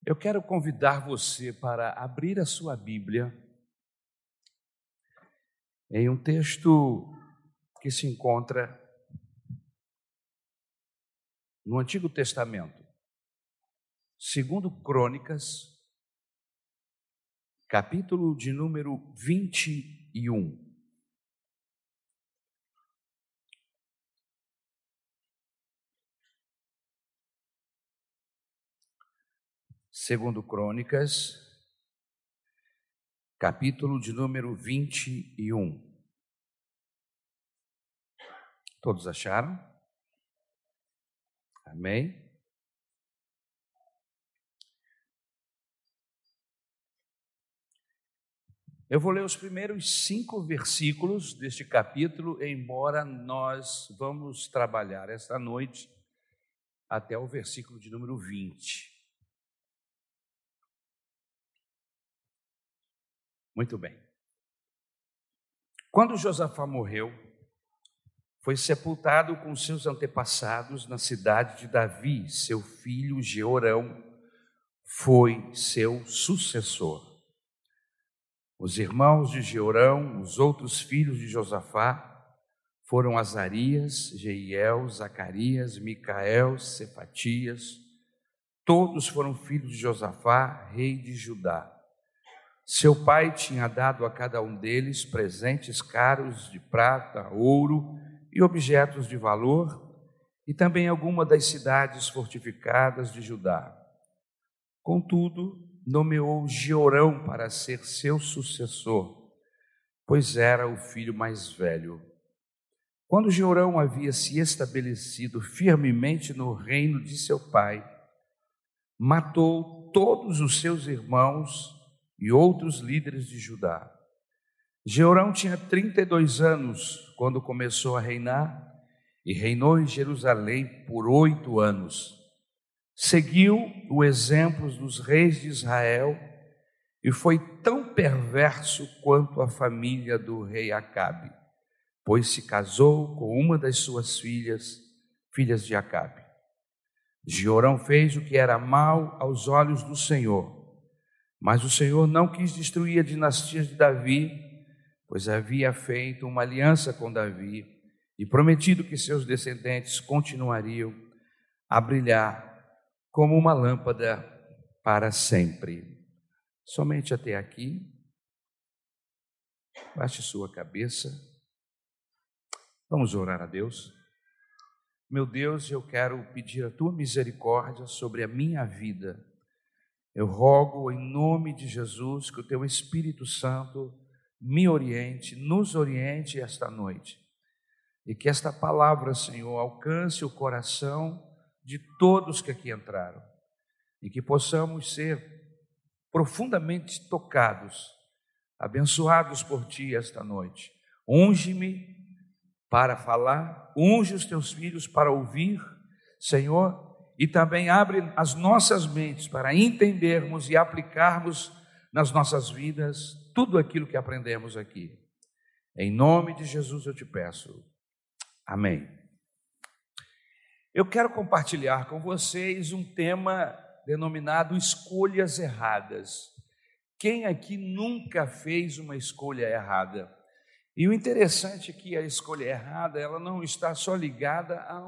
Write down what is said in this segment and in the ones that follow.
Eu quero convidar você para abrir a sua Bíblia em um texto que se encontra no Antigo Testamento, 2 Crônicas, capítulo de número 21. Segundo Crônicas, capítulo de número 21. Todos acharam? Amém? Eu vou ler os primeiros 5 versículos deste capítulo, embora nós vamos trabalhar esta noite até o versículo de número 20. Muito bem. Quando Josafá morreu, foi sepultado com seus antepassados na cidade de Davi. Seu filho Jeorão foi seu sucessor. Os irmãos de Jeorão, os outros filhos de Josafá, foram Azarias, Jeiel, Zacarias, Micael, Cefatias. Todos foram filhos de Josafá, rei de Judá. Seu pai tinha dado a cada um deles presentes caros de prata, ouro e objetos de valor, e também alguma das cidades fortificadas de Judá. Contudo, nomeou Jeorão para ser seu sucessor, pois era o filho mais velho. Quando Jeorão havia se estabelecido firmemente no reino de seu pai, matou todos os seus irmãos e outros líderes de Judá. Jeorão tinha 32 anos quando começou a reinar e reinou em Jerusalém por 8 anos. Seguiu o exemplo dos reis de Israel e foi tão perverso quanto a família do rei Acabe, pois se casou com uma das suas filhas de Acabe. Jeorão fez o que era mal aos olhos do Senhor, mas o Senhor não quis destruir a dinastia de Davi, pois havia feito uma aliança com Davi e prometido que seus descendentes continuariam a brilhar como uma lâmpada para sempre. Somente até aqui. Baixe sua cabeça. Vamos orar a Deus. Meu Deus, eu quero pedir a tua misericórdia sobre a minha vida. Eu rogo em nome de Jesus que o teu Espírito Santo me oriente, nos oriente esta noite. E que esta palavra, Senhor, alcance o coração de todos que aqui entraram. E que possamos ser profundamente tocados, abençoados por Ti esta noite. Unge-me para falar, unge os Teus filhos para ouvir, Senhor, e também abre as nossas mentes para entendermos e aplicarmos nas nossas vidas tudo aquilo que aprendemos aqui. Em nome de Jesus eu te peço. Amém. Eu quero compartilhar com vocês um tema denominado escolhas erradas. Quem aqui nunca fez uma escolha errada? E o interessante é que a escolha errada, ela não está só ligada a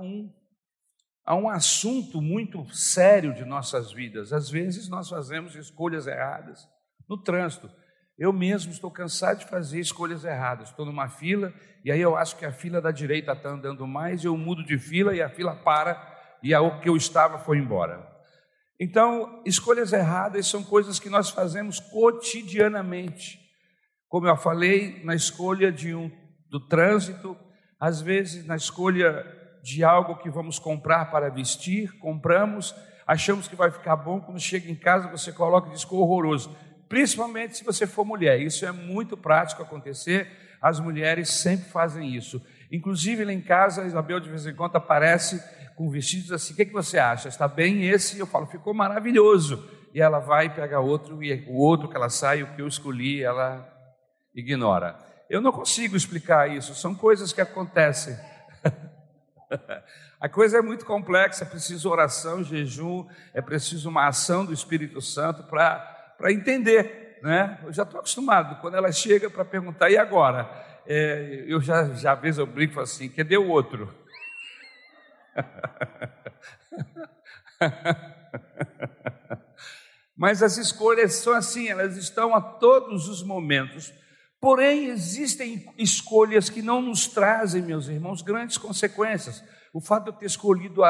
um assunto muito sério de nossas vidas. Às vezes nós fazemos escolhas erradas no trânsito. Eu mesmo estou cansado de fazer escolhas erradas. Estou numa fila e aí eu acho que a fila da direita está andando mais, eu mudo de fila e a fila para e a que eu estava foi embora. Então, escolhas erradas são coisas que nós fazemos cotidianamente. Como eu falei, na escolha do trânsito, às vezes na escolha de algo que vamos comprar para vestir, compramos, achamos que vai ficar bom, quando chega em casa você coloca e diz que é horroroso, principalmente se você for mulher. Isso é muito prático acontecer, as mulheres sempre fazem isso. Inclusive lá em casa, a Isabel de vez em quando aparece com vestidos assim, o que você acha? Está bem esse? Eu falo, ficou maravilhoso. E ela vai pegar outro, e o outro que ela sai, o que eu escolhi, ela ignora. Eu não consigo explicar isso, são coisas que acontecem. A coisa é muito complexa, é preciso oração, jejum, é preciso uma ação do Espírito Santo para entender, né? Eu já estou acostumado, quando ela chega para perguntar, e agora? Eu já às vezes eu brinco assim, cadê o outro? Mas as escolhas são assim, elas estão a todos os momentos. Porém, existem escolhas que não nos trazem, meus irmãos, grandes consequências. O fato de eu ter escolhido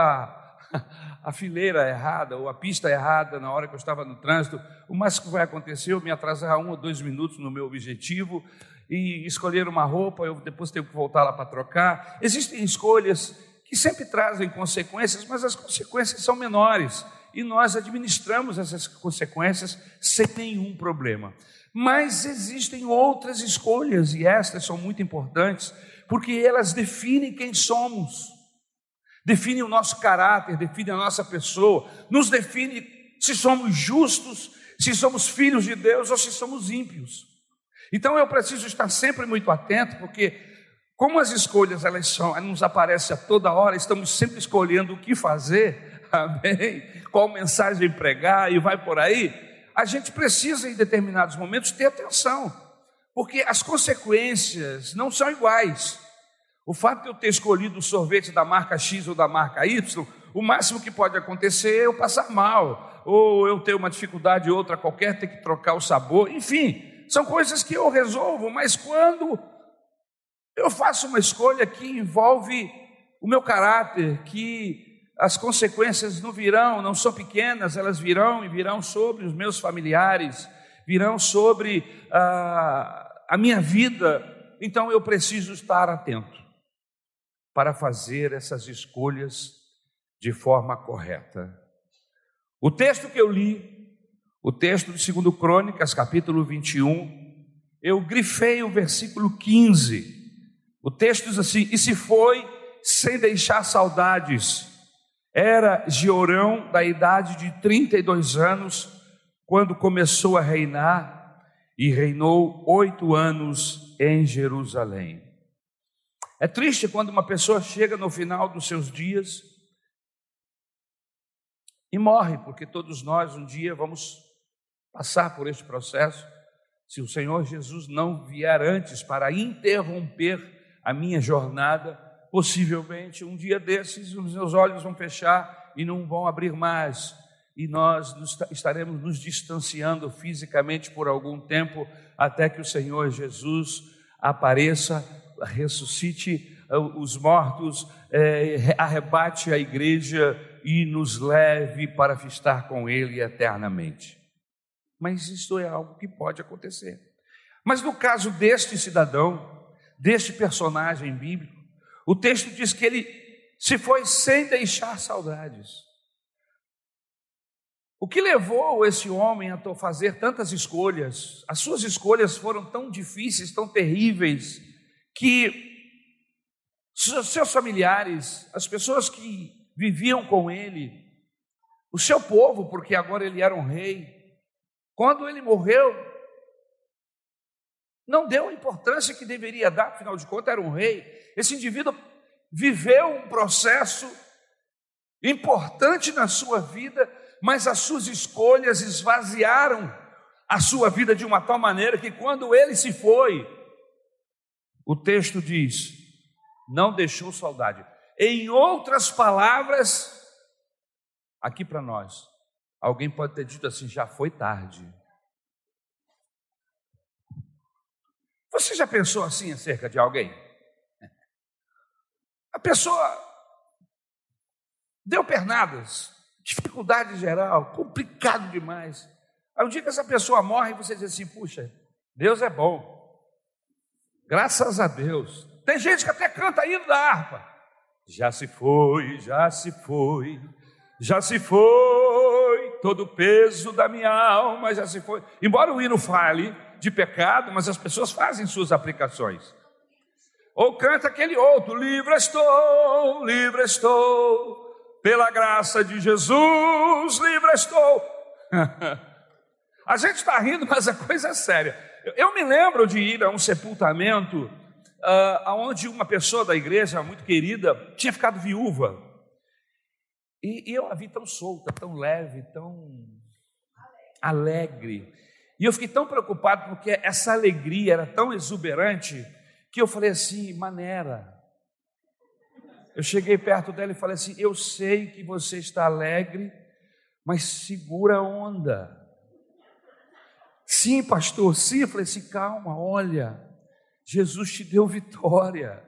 a fileira errada ou a pista errada na hora que eu estava no trânsito, o mais que vai acontecer, eu me atrasar 1 ou 2 minutos no meu objetivo e escolher uma roupa, eu depois tenho que voltar lá para trocar. Existem escolhas que sempre trazem consequências, mas as consequências são menores e nós administramos essas consequências sem nenhum problema. Mas existem outras escolhas e estas são muito importantes porque elas definem quem somos, definem o nosso caráter, definem a nossa pessoa, nos define se somos justos, se somos filhos de Deus ou se somos ímpios. Então eu preciso estar sempre muito atento, porque como as escolhas elas nos aparecem a toda hora, estamos sempre escolhendo o que fazer, amém? Qual mensagem pregar e vai por aí, a gente precisa em determinados momentos ter atenção, porque as consequências não são iguais. O fato de eu ter escolhido o sorvete da marca X ou da marca Y, o máximo que pode acontecer é eu passar mal, ou eu ter uma dificuldade ou outra qualquer, ter que trocar o sabor, enfim, são coisas que eu resolvo, mas quando eu faço uma escolha que envolve o meu caráter, que as consequências não são pequenas, elas virão e virão sobre os meus familiares, virão sobre a minha vida, então eu preciso estar atento para fazer essas escolhas de forma correta. O texto que eu li, o texto de 2 Crônicas, capítulo 21, eu grifei o versículo 15. O texto diz assim: e se foi sem deixar saudades. Era Jeorão da idade de 32 anos, quando começou a reinar, e reinou 8 anos em Jerusalém. É triste quando uma pessoa chega no final dos seus dias e morre, porque todos nós um dia vamos passar por este processo, se o Senhor Jesus não vier antes para interromper a minha jornada. Possivelmente um dia desses os meus olhos vão fechar e não vão abrir mais, e nós estaremos nos distanciando fisicamente por algum tempo, até que o Senhor Jesus apareça, ressuscite os mortos, arrebate a igreja e nos leve para estar com Ele eternamente. Mas isso é algo que pode acontecer. Mas no caso deste cidadão, deste personagem bíblico, o texto diz que ele se foi sem deixar saudades. O que levou esse homem a fazer tantas escolhas? As suas escolhas foram tão difíceis, tão terríveis, que seus familiares, as pessoas que viviam com ele, o seu povo, porque agora ele era um rei, quando ele morreu, não deu a importância que deveria dar, afinal de contas era um rei. Esse indivíduo viveu um processo importante na sua vida, mas as suas escolhas esvaziaram a sua vida de uma tal maneira que quando ele se foi, o texto diz, não deixou saudade. Em outras palavras, aqui para nós, alguém pode ter dito assim, já foi tarde. Você já pensou assim acerca de alguém? A pessoa deu pernadas, dificuldade geral, complicado demais. Aí um dia que essa pessoa morre, você diz assim, puxa, Deus é bom, graças a Deus. Tem gente que até canta hino da harpa. Já se foi, já se foi, já se foi, todo o peso da minha alma já se foi. Embora o hino fale de pecado, mas as pessoas fazem suas aplicações. Ou canta aquele outro, livre estou, pela graça de Jesus, livre estou. A gente está rindo, mas a coisa é séria. Eu me lembro de ir a um sepultamento onde uma pessoa da igreja, muito querida, tinha ficado viúva. E eu a vi tão solta, tão leve, tão alegre. E eu fiquei tão preocupado porque essa alegria era tão exuberante que eu falei assim, maneira. Eu cheguei perto dela e falei assim, eu sei que você está alegre, mas segura a onda. Sim, pastor, sim. Eu falei assim, calma, olha, Jesus te deu vitória.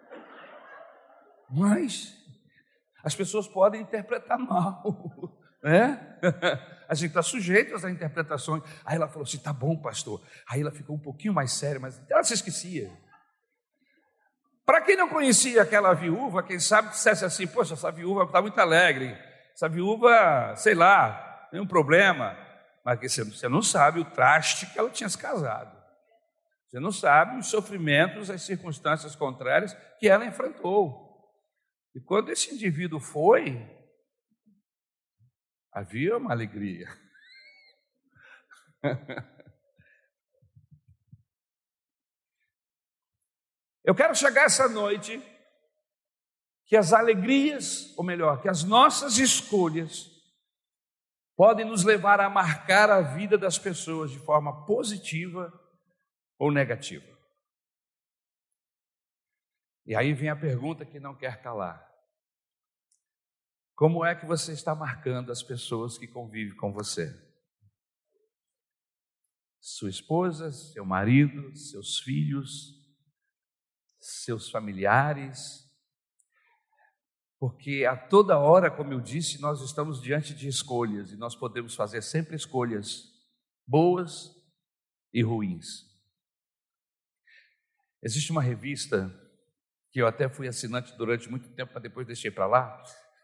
Mas as pessoas podem interpretar mal, né? A gente está sujeito às interpretações. Aí ela falou assim, tá bom, pastor. Aí ela ficou um pouquinho mais séria, mas ela se esquecia. Para quem não conhecia aquela viúva, quem sabe dissesse assim, poxa, essa viúva está muito alegre, essa viúva, sei lá, tem um problema, mas você não sabe o traste que ela tinha se casado, você não sabe os sofrimentos, as circunstâncias contrárias que ela enfrentou. E quando esse indivíduo foi, havia uma alegria. Eu quero chegar essa noite que as alegrias, ou melhor, que as nossas escolhas podem nos levar a marcar a vida das pessoas de forma positiva ou negativa. E aí vem a pergunta que não quer calar. Como é que você está marcando as pessoas que convivem com você? Sua esposa, seu marido, seus filhos, seus familiares, porque a toda hora, como eu disse, nós estamos diante de escolhas e nós podemos fazer sempre escolhas boas e ruins. Existe uma revista que eu até fui assinante durante muito tempo, mas depois deixei para lá,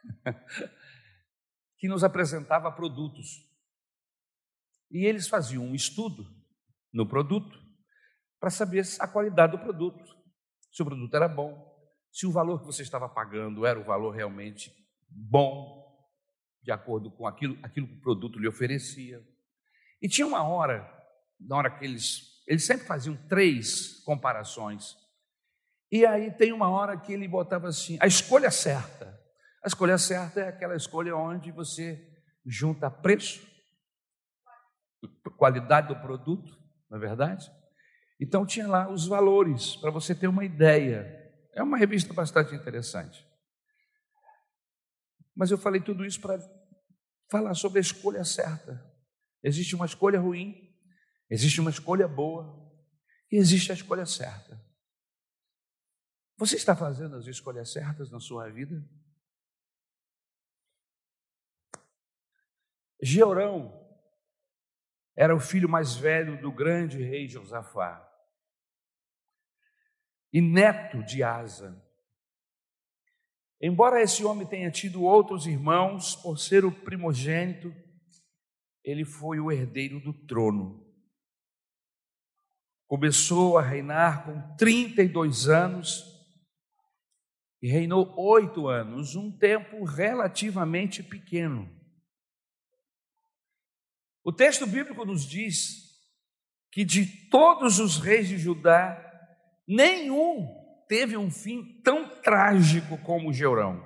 que nos apresentava produtos. E eles faziam um estudo no produto para saber a qualidade do produto. Se o produto era bom, se o valor que você estava pagando era o valor realmente bom, de acordo com aquilo que o produto lhe oferecia. E tinha uma hora, na hora que eles sempre faziam 3 comparações, e aí tem uma hora que ele botava assim, a escolha certa. A escolha certa é aquela escolha onde você junta preço, qualidade do produto, não é verdade? Então tinha lá os valores, para você ter uma ideia. É uma revista bastante interessante. Mas eu falei tudo isso para falar sobre a escolha certa. Existe uma escolha ruim, existe uma escolha boa e existe a escolha certa. Você está fazendo as escolhas certas na sua vida? Jeorão era o filho mais velho do grande rei Josafá e neto de Asa. Embora esse homem tenha tido outros irmãos, por ser o primogênito, ele foi o herdeiro do trono. Começou a reinar com 32 anos e reinou 8 anos, um tempo relativamente pequeno. O texto bíblico nos diz que de todos os reis de Judá, nenhum teve um fim tão trágico como Jeorão.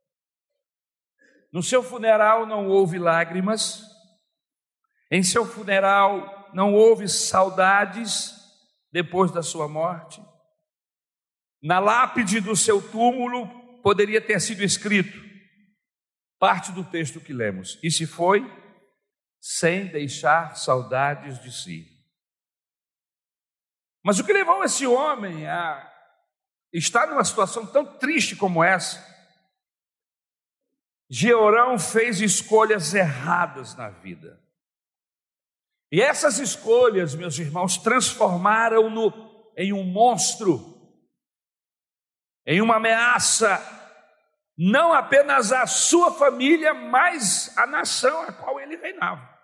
No seu funeral não houve lágrimas, em seu funeral não houve saudades depois da sua morte. Na lápide do seu túmulo poderia ter sido escrito parte do texto que lemos: e se foi sem deixar saudades de si. Mas o que levou esse homem a estar numa situação tão triste como essa? Jeorão fez escolhas erradas na vida. E essas escolhas, meus irmãos, transformaram-no em um monstro, em uma ameaça, não apenas à sua família, mas à nação a qual ele reinava.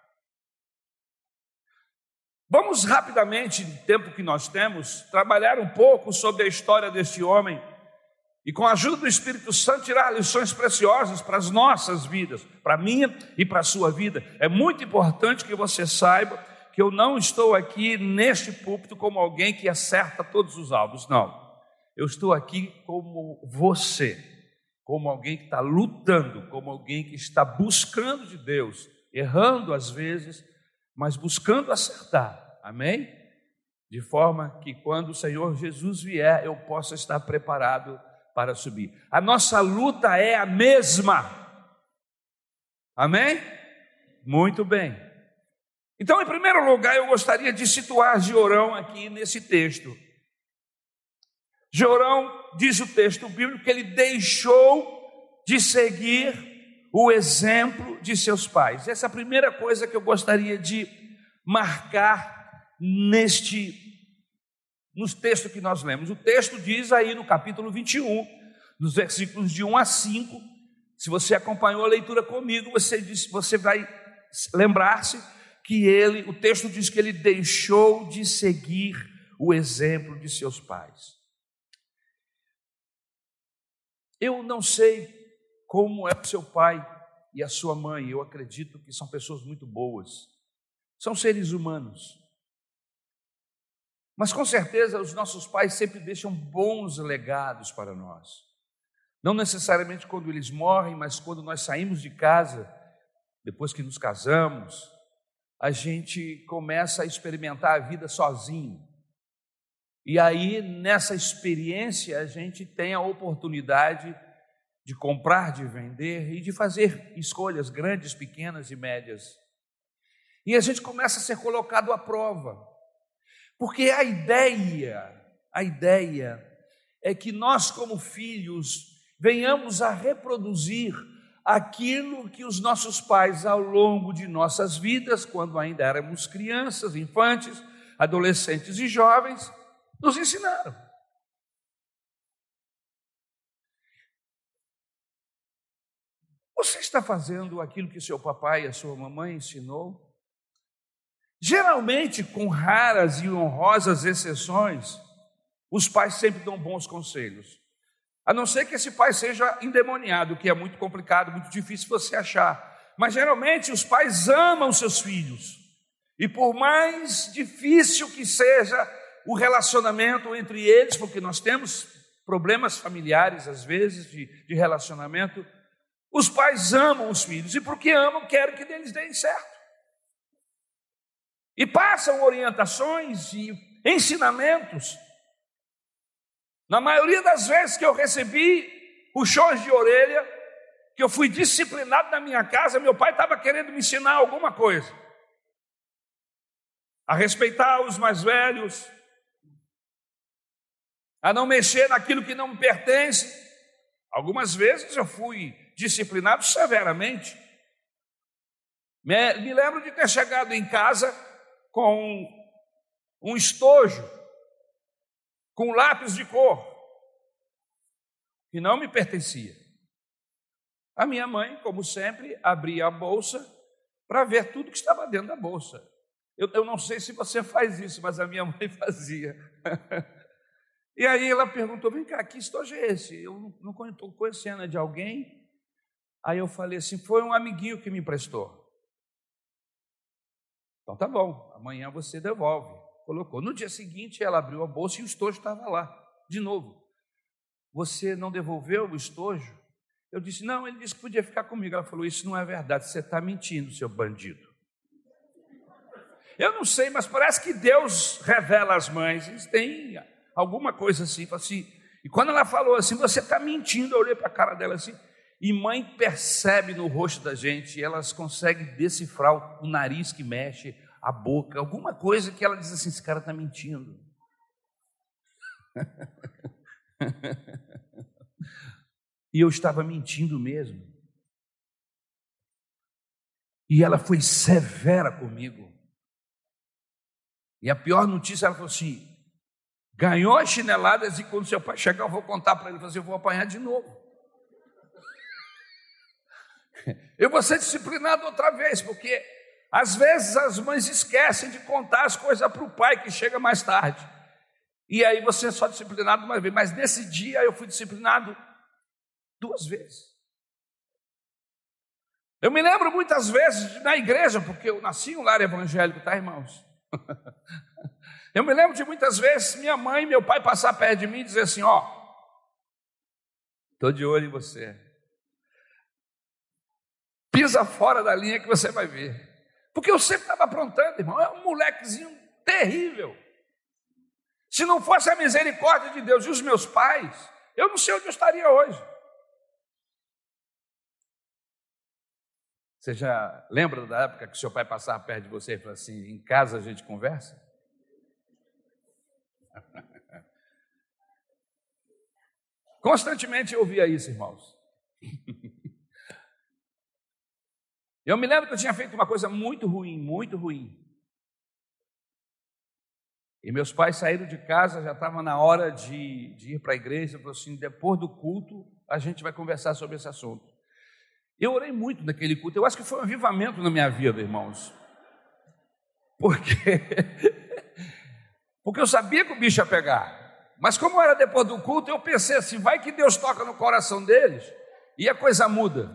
Vamos rapidamente, no tempo que nós temos, trabalhar um pouco sobre a história deste homem e, com a ajuda do Espírito Santo, tirar lições preciosas para as nossas vidas, para a minha e para a sua vida. É muito importante que você saiba que eu não estou aqui neste púlpito como alguém que acerta todos os alvos, não. eu estou aqui como você, como alguém que está lutando, como alguém que está buscando de Deus, errando às vezes, mas buscando acertar, amém? De forma que quando o Senhor Jesus vier, eu possa estar preparado para subir. A nossa luta é a mesma, amém? Muito bem. Então, em primeiro lugar, eu gostaria de situar Georão aqui nesse texto. Georão, diz o texto bíblico, que ele deixou de seguir o exemplo de seus pais. Essa é a primeira coisa que eu gostaria de marcar nos textos que nós lemos. O texto diz aí no capítulo 21, nos versículos de 1 a 5, se você acompanhou a leitura comigo, você vai lembrar-se que o texto diz que ele deixou de seguir o exemplo de seus pais. Eu não sei como é o seu pai e a sua mãe, eu acredito que são pessoas muito boas, são seres humanos. Mas com certeza os nossos pais sempre deixam bons legados para nós. Não necessariamente quando eles morrem, mas quando nós saímos de casa, depois que nos casamos, a gente começa a experimentar a vida sozinho. E aí, nessa experiência, a gente tem a oportunidade de comprar, de vender e de fazer escolhas grandes, pequenas e médias. E a gente começa a ser colocado à prova. Porque a ideia é que nós, como filhos, venhamos a reproduzir aquilo que os nossos pais, ao longo de nossas vidas, quando ainda éramos crianças, infantes, adolescentes e jovens, nos ensinaram. Você está fazendo aquilo que seu papai e a sua mamãe ensinou? Geralmente, com raras e honrosas exceções, os pais sempre dão bons conselhos. A não ser que esse pai seja endemoniado, que é muito complicado, muito difícil você achar. Mas geralmente os pais amam seus filhos. E por mais difícil que seja o relacionamento entre eles, porque nós temos problemas familiares às vezes de relacionamento, os pais amam os filhos. E porque amam, querem que eles deem certo. E passam orientações e ensinamentos. Na maioria das vezes que eu recebi puxões de orelha, que eu fui disciplinado na minha casa, meu pai estava querendo me ensinar alguma coisa. A respeitar os mais velhos, a não mexer naquilo que não me pertence. Algumas vezes eu fui disciplinado severamente. Me lembro de ter chegado em casa com um estojo, com lápis de cor, que não me pertencia. A minha mãe, como sempre, abria a bolsa para ver tudo que estava dentro da bolsa. Eu não sei se você faz isso, mas a minha mãe fazia. E aí ela perguntou, vem cá, que estojo é esse? Eu não estou conhecendo, é de alguém? Aí eu falei assim, foi um amiguinho que me emprestou. Então tá bom, amanhã você devolve. Colocou. No dia seguinte ela abriu a bolsa e o estojo estava lá, de novo. Você não devolveu o estojo? Eu disse, não, ele disse que podia ficar comigo. Ela falou, isso não é verdade, você está mentindo, seu bandido. Eu não sei, mas parece que Deus revela às mães, tem alguma coisa assim, e quando ela falou assim, você está mentindo, eu olhei para a cara dela assim, e mãe percebe no rosto da gente, elas conseguem decifrar o nariz que mexe, a boca, alguma coisa que ela diz assim, esse cara está mentindo. E eu estava mentindo mesmo. E ela foi severa comigo. E a pior notícia, ela falou assim, ganhou as chineladas e quando seu pai chegar eu vou contar para ele, eu vou apanhar de novo. Eu vou ser disciplinado outra vez, porque às vezes as mães esquecem de contar as coisas para o pai que chega mais tarde. E aí você é só disciplinado uma vez. Mas nesse dia eu fui disciplinado 2 vezes. Eu me lembro muitas vezes na igreja, porque eu nasci em um lar evangélico, tá, irmãos? Eu me lembro de muitas vezes minha mãe e meu pai passar perto de mim e dizer assim, estou de olho em você. Pisa fora da linha que você vai ver. Porque eu sempre estava aprontando, irmão. É um molequezinho terrível. Se não fosse a misericórdia de Deus e os meus pais, eu não sei onde eu estaria hoje. Você já lembra da época que seu pai passava perto de você e falava assim, em casa a gente conversa? Constantemente eu ouvia isso, irmãos. Eu me lembro que eu tinha feito uma coisa muito ruim, muito ruim. E meus pais saíram de casa, já estava na hora de ir para a igreja, eu falei assim, depois do culto a gente vai conversar sobre esse assunto. Eu orei muito naquele culto, eu acho que foi um avivamento na minha vida, irmãos. Porque eu sabia que o bicho ia pegar. Mas como era depois do culto, eu pensei assim, vai que Deus toca no coração deles e a coisa muda.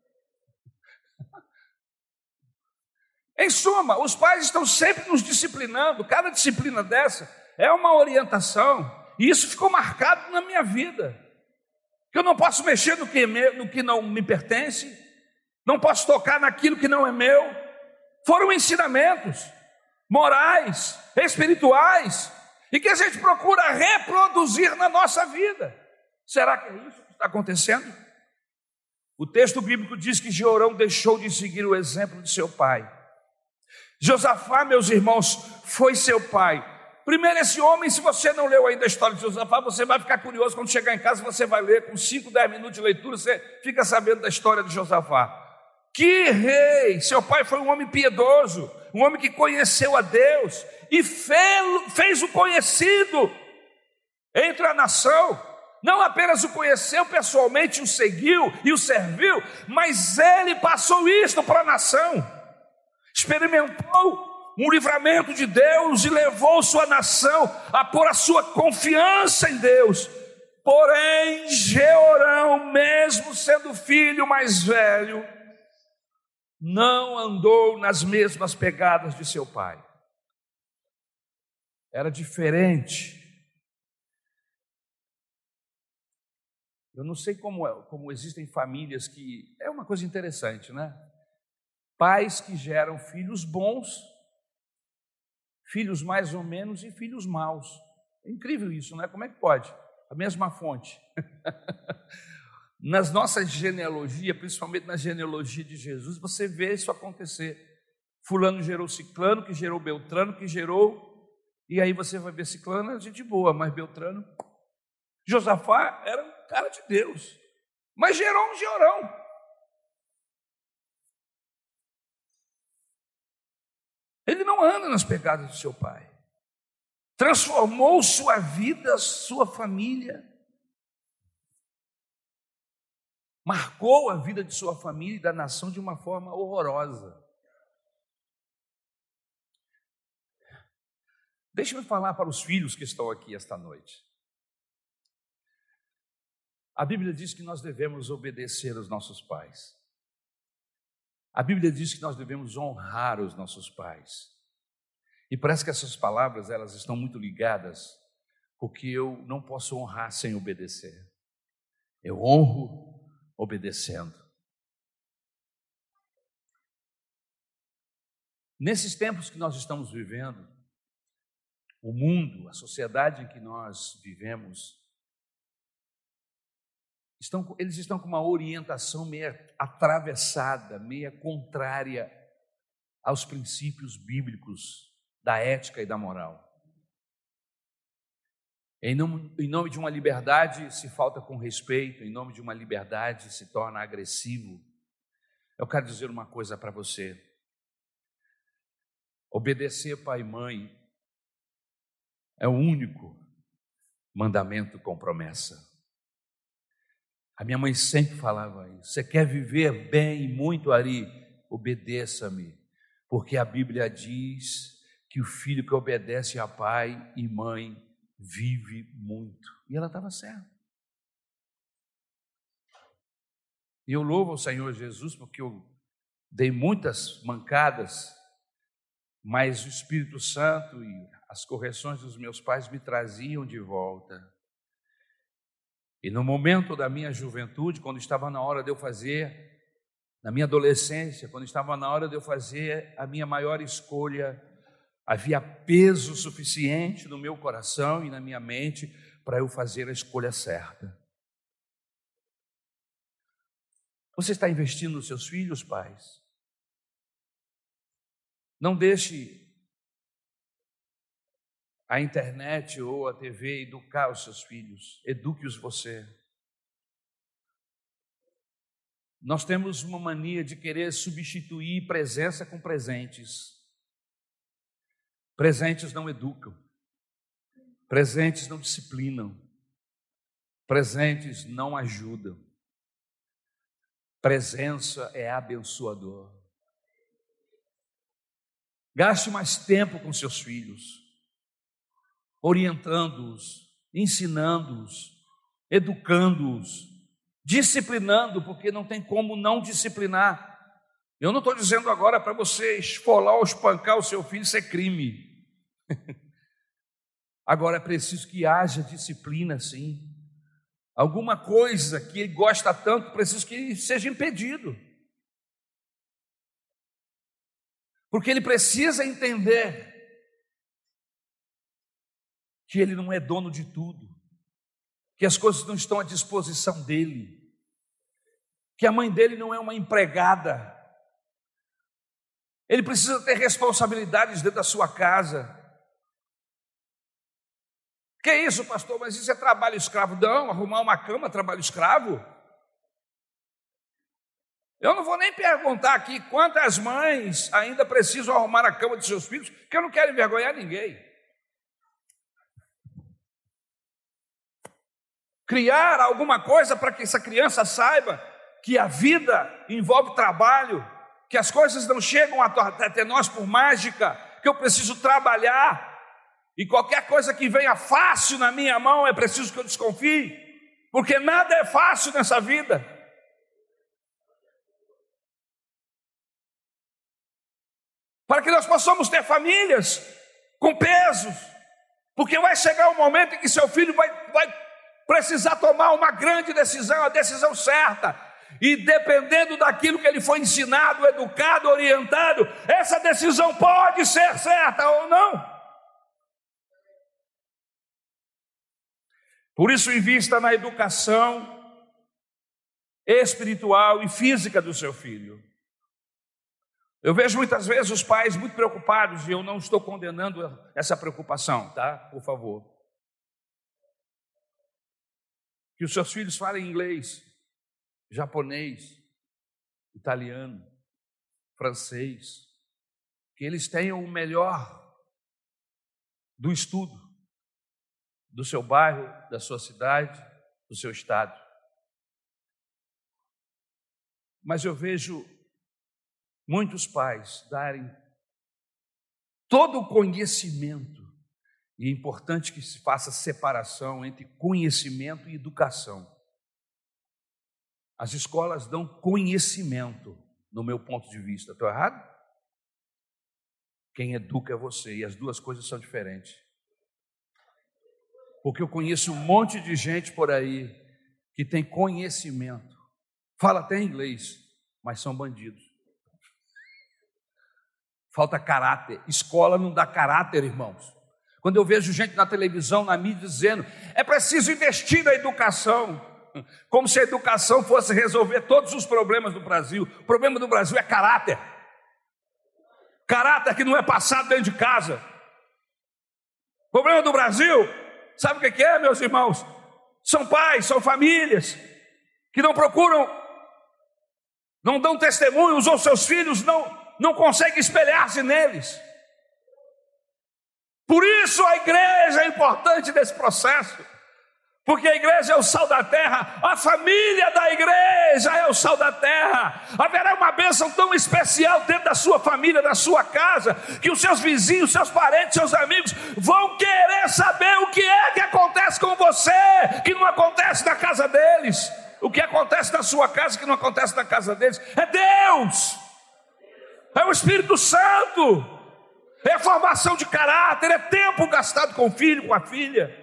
Em suma, os pais estão sempre nos disciplinando, cada disciplina dessa é uma orientação, e isso ficou marcado na minha vida, que eu não posso mexer no que não me pertence, não posso tocar naquilo que não é meu. Foram ensinamentos morais, espirituais, e que a gente procura reproduzir na nossa vida. Será que é isso que está acontecendo? O texto bíblico diz que Jeorão deixou de seguir o exemplo de seu pai. Josafá, meus irmãos, foi seu pai. Primeiro, esse homem, se você não leu ainda a história de Josafá, você vai ficar curioso, quando chegar em casa você vai ler, com 5, 10 minutos de leitura, você fica sabendo da história de Josafá. Que rei! Seu pai foi um homem piedoso, um homem que conheceu a Deus e fez o conhecido entre a nação. Não apenas o conheceu pessoalmente, o seguiu e o serviu, mas ele passou isto para a nação. Experimentou um livramento de Deus e levou sua nação a pôr a sua confiança em Deus. Porém, Jeorão, mesmo sendo filho mais velho, não andou nas mesmas pegadas de seu pai. Era diferente. Eu não sei como existem famílias que... É uma coisa interessante, né? Pais que geram filhos bons, filhos mais ou menos e filhos maus. É incrível isso, não é? Como é que pode? A mesma fonte. Nas nossas genealogias, principalmente na genealogia de Jesus, você vê isso acontecer. Fulano gerou Ciclano, que gerou Beltrano, que gerou... E aí você vai ver Ciclano, é gente boa, mas Beltrano... Josafá era um cara de Deus, mas gerou um Jeorão. Ele não anda nas pegadas do seu pai. Transformou sua vida, sua família. Marcou a vida de sua família e da nação de uma forma horrorosa. Deixe-me falar para os filhos que estão aqui esta noite. A Bíblia diz que nós devemos obedecer aos nossos pais. A Bíblia diz que nós devemos honrar os nossos pais. E parece que essas palavras, elas estão muito ligadas, porque eu não posso honrar sem obedecer. Eu honro obedecendo. Nesses tempos que nós estamos vivendo, o mundo, a sociedade em que nós vivemos, eles estão com uma orientação meio atravessada, meio contrária aos princípios bíblicos da ética e da moral. Em nome de uma liberdade se falta com respeito, em nome de uma liberdade se torna agressivo. Eu quero dizer uma coisa para você. Obedecer pai e mãe é o único mandamento com promessa. A minha mãe sempre falava isso. Você quer viver bem e muito, Ari? Obedeça-me, porque a Bíblia diz que o filho que obedece a pai e mãe vive muito. E ela estava certa. E eu louvo ao Senhor Jesus porque eu dei muitas mancadas, mas o Espírito Santo e as correções dos meus pais me traziam de volta. E no momento da minha juventude, quando estava na hora de eu fazer, na minha adolescência, quando estava na hora de eu fazer a minha maior escolha, havia peso suficiente no meu coração e na minha mente para eu fazer a escolha certa. Você está investindo nos seus filhos, pais? Não deixe a internet ou a TV educar os seus filhos, eduque-os você. Nós temos uma mania de querer substituir presença com presentes. Presentes não educam, presentes não disciplinam, presentes não ajudam. Presença é abençoador. Gaste mais tempo com seus filhos, orientando-os, ensinando-os, educando-os, disciplinando, porque não tem como não disciplinar. Eu não estou dizendo agora para você esfolar ou espancar o seu filho, isso é crime. Agora é preciso que haja disciplina, sim. Alguma coisa que ele gosta tanto, preciso que ele seja impedido. Porque ele precisa entender que ele não é dono de tudo, que as coisas não estão à disposição dele, que a mãe dele não é uma empregada. Ele precisa ter responsabilidades dentro da sua casa. Que isso, pastor? Mas isso é trabalho escravo? Não, arrumar uma cama é trabalho escravo? Eu não vou nem perguntar aqui quantas mães ainda precisam arrumar a cama de seus filhos, porque eu não quero envergonhar ninguém. Criar alguma coisa para que essa criança saiba que a vida envolve trabalho, que as coisas não chegam até nós por mágica, que eu preciso trabalhar, e qualquer coisa que venha fácil na minha mão é preciso que eu desconfie, porque nada é fácil nessa vida. Para que nós possamos ter famílias com pesos, porque vai chegar um momento em que seu filho vai precisar tomar uma grande decisão, a decisão certa, e dependendo daquilo que ele foi ensinado, educado, orientado, essa decisão pode ser certa ou não. Por isso, invista na educação espiritual e física do seu filho. Eu vejo muitas vezes os pais muito preocupados, e eu não estou condenando essa preocupação, tá? Por favor. Que os seus filhos falem inglês, japonês, italiano, francês, que eles tenham o melhor do estudo, do seu bairro, da sua cidade, do seu estado. Mas eu vejo muitos pais darem todo o conhecimento, e é importante que se faça separação entre conhecimento e educação. As escolas dão conhecimento, no meu ponto de vista. Estou errado? Quem educa é você, e as duas coisas são diferentes. Porque eu conheço um monte de gente por aí que tem conhecimento, fala até inglês, mas são bandidos. Falta caráter. Escola não dá caráter, irmãos. Quando eu vejo gente na televisão, na mídia, dizendo é preciso investir na educação, como se a educação fosse resolver todos os problemas do Brasil. O problema do Brasil é caráter. Caráter que não é passado dentro de casa. O problema do Brasil, sabe o que é, meus irmãos? São pais, são famílias que não procuram, não dão testemunhos, ou seus filhos não conseguem espelhar-se neles. Por isso a igreja é importante nesse processo, porque a igreja é o sal da terra, a família da igreja é o sal da terra. Haverá uma bênção tão especial dentro da sua família, da sua casa, que os seus vizinhos, seus parentes, seus amigos vão querer saber o que é que acontece com você, que não acontece na casa deles. O que acontece na sua casa que não acontece na casa deles é Deus, é o Espírito Santo. é formação de caráter, é tempo gastado com o filho, com a filha.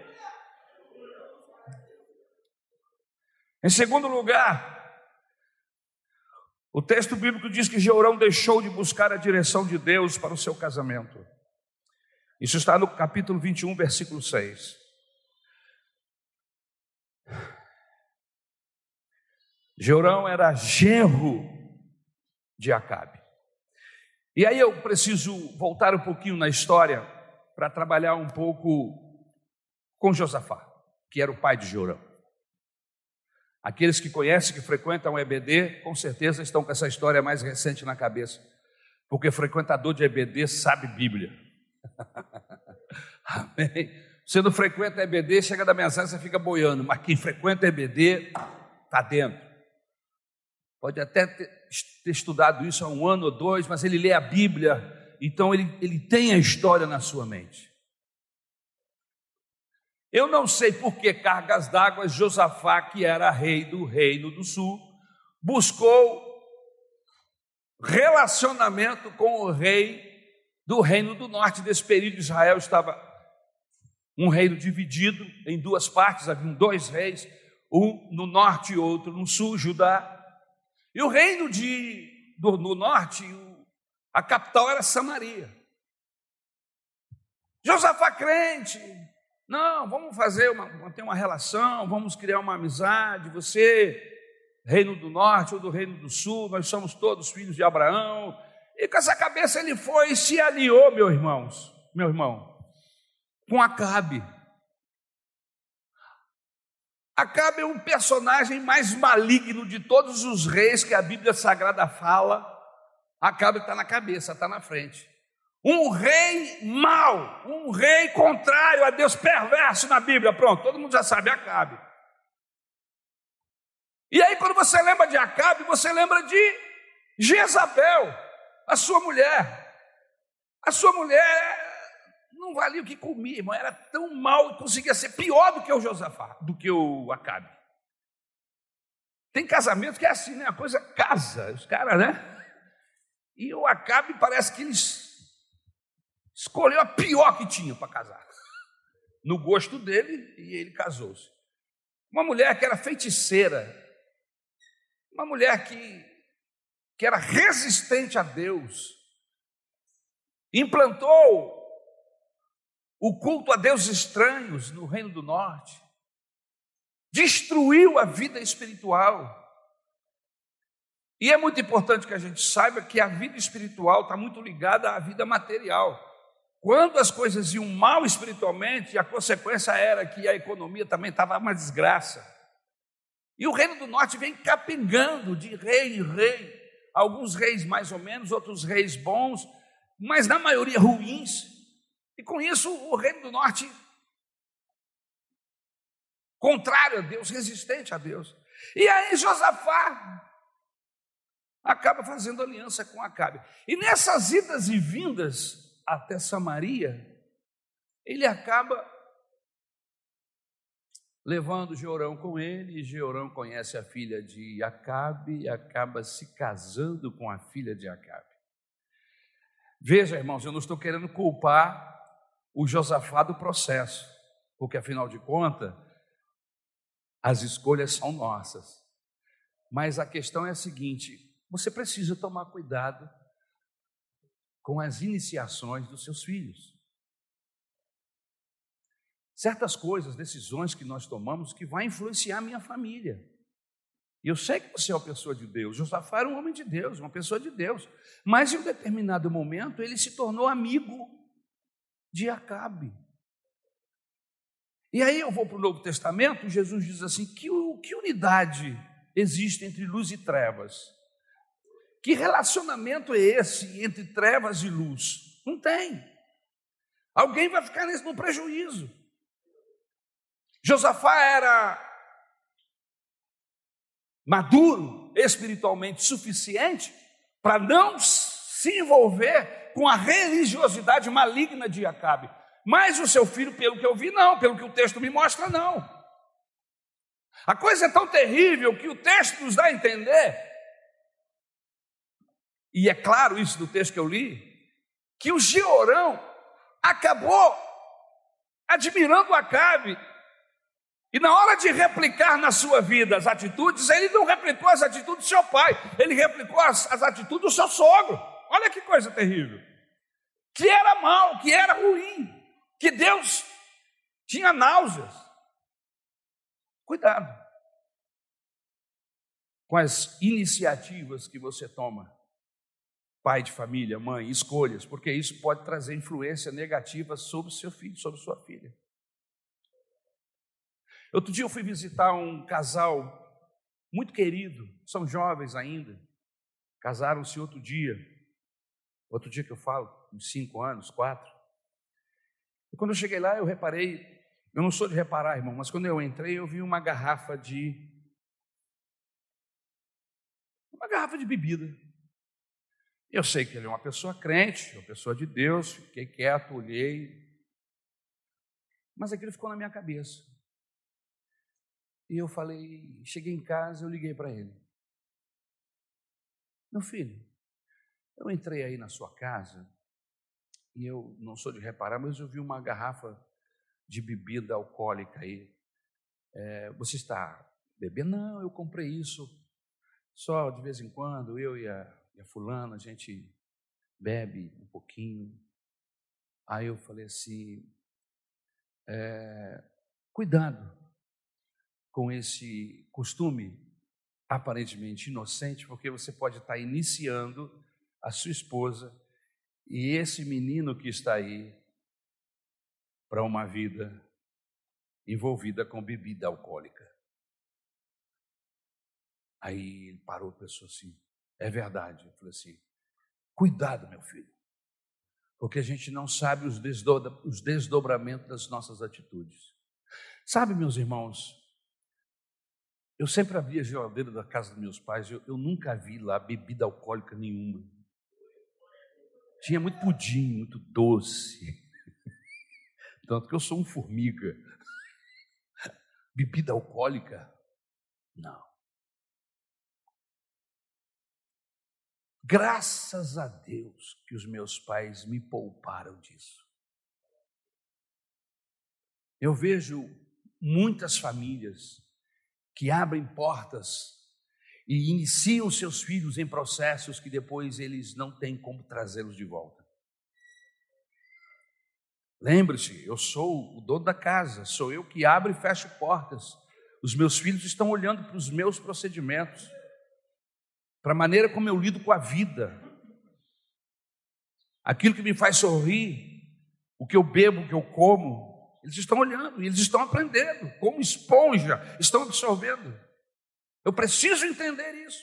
Em segundo lugar, o texto bíblico diz que Jeorão deixou de buscar a direção de Deus para o seu casamento. Isso está no capítulo 21, versículo 6. Jeorão era genro de Acabe. E aí eu preciso voltar um pouquinho na história para trabalhar um pouco com Josafá, que era o pai de Jeorão. Aqueles que conhecem, que frequentam o EBD, com certeza estão com essa história mais recente na cabeça, porque frequentador de EBD sabe Bíblia. Amém? Você não frequenta EBD, chega da mensagem, você fica boiando, mas quem frequenta EBD está dentro. Pode até ter estudado isso há 1 ano ou 2, mas ele lê a Bíblia, então ele tem a história na sua mente. Eu não sei por que cargas d'água Josafá, que era rei do reino do sul, buscou relacionamento com o rei do reino do norte. Desse período, Israel estava um reino dividido em 2 partes, haviam 2 reis, um no norte e outro no sul, Judá. E o reino no norte, a capital era Samaria. Josafá crente, não, vamos manter uma relação, vamos criar uma amizade, você, reino do norte ou do reino do sul, nós somos todos filhos de Abraão. E com essa cabeça ele foi e se aliou, meu irmão, com Acabe. Acabe é um personagem mais maligno de todos os reis que a Bíblia Sagrada fala. Acabe está na cabeça, está na frente. Um rei mau, um rei contrário a Deus, perverso na Bíblia. Pronto, todo mundo já sabe Acabe. E aí quando você lembra de Acabe, você lembra de Jezabel, a sua mulher. A sua mulher não valia o que comia, irmão, era tão mal e conseguia ser pior do que o Josafá, do que o Acabe. Tem casamento que é assim, né? A coisa casa, os caras, né? E o Acabe parece que eles escolheu a pior que tinha para casar, no gosto dele, e ele casou-se. Uma mulher que era feiticeira, uma mulher que era resistente a Deus, implantou o culto a deuses estranhos no Reino do Norte, destruiu a vida espiritual. E é muito importante que a gente saiba que a vida espiritual está muito ligada à vida material. Quando as coisas iam mal espiritualmente, a consequência era que a economia também estava uma desgraça. E o Reino do Norte vem capengando de rei em rei, alguns reis mais ou menos, outros reis bons, mas na maioria ruins. E com isso o Reino do Norte, contrário a Deus, resistente a Deus. E aí Josafá acaba fazendo aliança com Acabe. E nessas idas e vindas até Samaria, ele acaba levando Jeorão com ele, e Jeorão conhece a filha de Acabe e acaba se casando com a filha de Acabe. Veja, irmãos, eu não estou querendo culpar o Josafá do processo, porque afinal de contas, as escolhas são nossas. Mas a questão é a seguinte: você precisa tomar cuidado com as iniciações dos seus filhos. Certas coisas, decisões que nós tomamos que vai influenciar a minha família. E eu sei que você é uma pessoa de Deus. Josafá era um homem de Deus, uma pessoa de Deus. Mas em um determinado momento ele se tornou amigo de Acabe. E aí eu vou para o Novo Testamento, Jesus diz assim: que unidade existe entre luz e trevas? Que relacionamento é esse entre trevas e luz? Não tem. Alguém vai ficar no prejuízo. Josafá era maduro espiritualmente suficiente para não se envolver com a religiosidade maligna de Acabe. Mas o seu filho, pelo que eu vi, não. Pelo que o texto me mostra, não. A coisa é tão terrível que o texto nos dá a entender, e é claro isso do texto que eu li, que o Jeorão acabou admirando Acabe. E na hora de replicar na sua vida as atitudes, ele não replicou as atitudes do seu pai, ele replicou as atitudes do seu sogro. Olha que coisa terrível. Que era mal, que era ruim, que Deus tinha náuseas. Cuidado com as iniciativas que você toma, pai de família, mãe, escolhas, porque isso pode trazer influência negativa sobre o seu filho, sobre sua filha. Outro dia eu fui visitar um casal muito querido, são jovens ainda, casaram-se outro dia que eu falo, uns 5 anos, 4. E quando eu cheguei lá, eu reparei, eu não sou de reparar, irmão, mas quando eu entrei, eu vi uma garrafa de bebida. Eu sei que ele é uma pessoa crente, uma pessoa de Deus, fiquei quieto, olhei, mas aquilo ficou na minha cabeça. E eu falei, cheguei em casa, eu liguei para ele. Meu filho, eu entrei aí na sua casa, e eu não sou de reparar, mas eu vi uma garrafa de bebida alcoólica aí. Você está bebendo? Não, eu comprei isso só de vez em quando, eu e a fulana, a gente bebe um pouquinho. Aí eu falei assim, cuidado com esse costume aparentemente inocente, porque você pode estar iniciando a sua esposa e esse menino que está aí para uma vida envolvida com bebida alcoólica. Aí ele parou e pensou assim, é verdade. Eu falei assim, cuidado, meu filho, porque a gente não sabe os desdobramentos das nossas atitudes. Sabe, meus irmãos, eu sempre abri a geladeira da casa dos meus pais, eu nunca vi lá bebida alcoólica nenhuma. Tinha muito pudim, muito doce. Tanto que eu sou um formiga. Bebida alcoólica? Não. Graças a Deus que os meus pais me pouparam disso. Eu vejo muitas famílias que abrem portas e iniciam seus filhos em processos que depois eles não têm como trazê-los de volta. Lembre-se, eu sou o dono da casa, sou eu que abro e fecho portas. Os meus filhos estão olhando para os meus procedimentos, para a maneira como eu lido com a vida, aquilo que me faz sorrir, o que eu bebo, o que eu como. Eles estão olhando e eles estão aprendendo, como esponja, estão absorvendo. Eu preciso entender isso,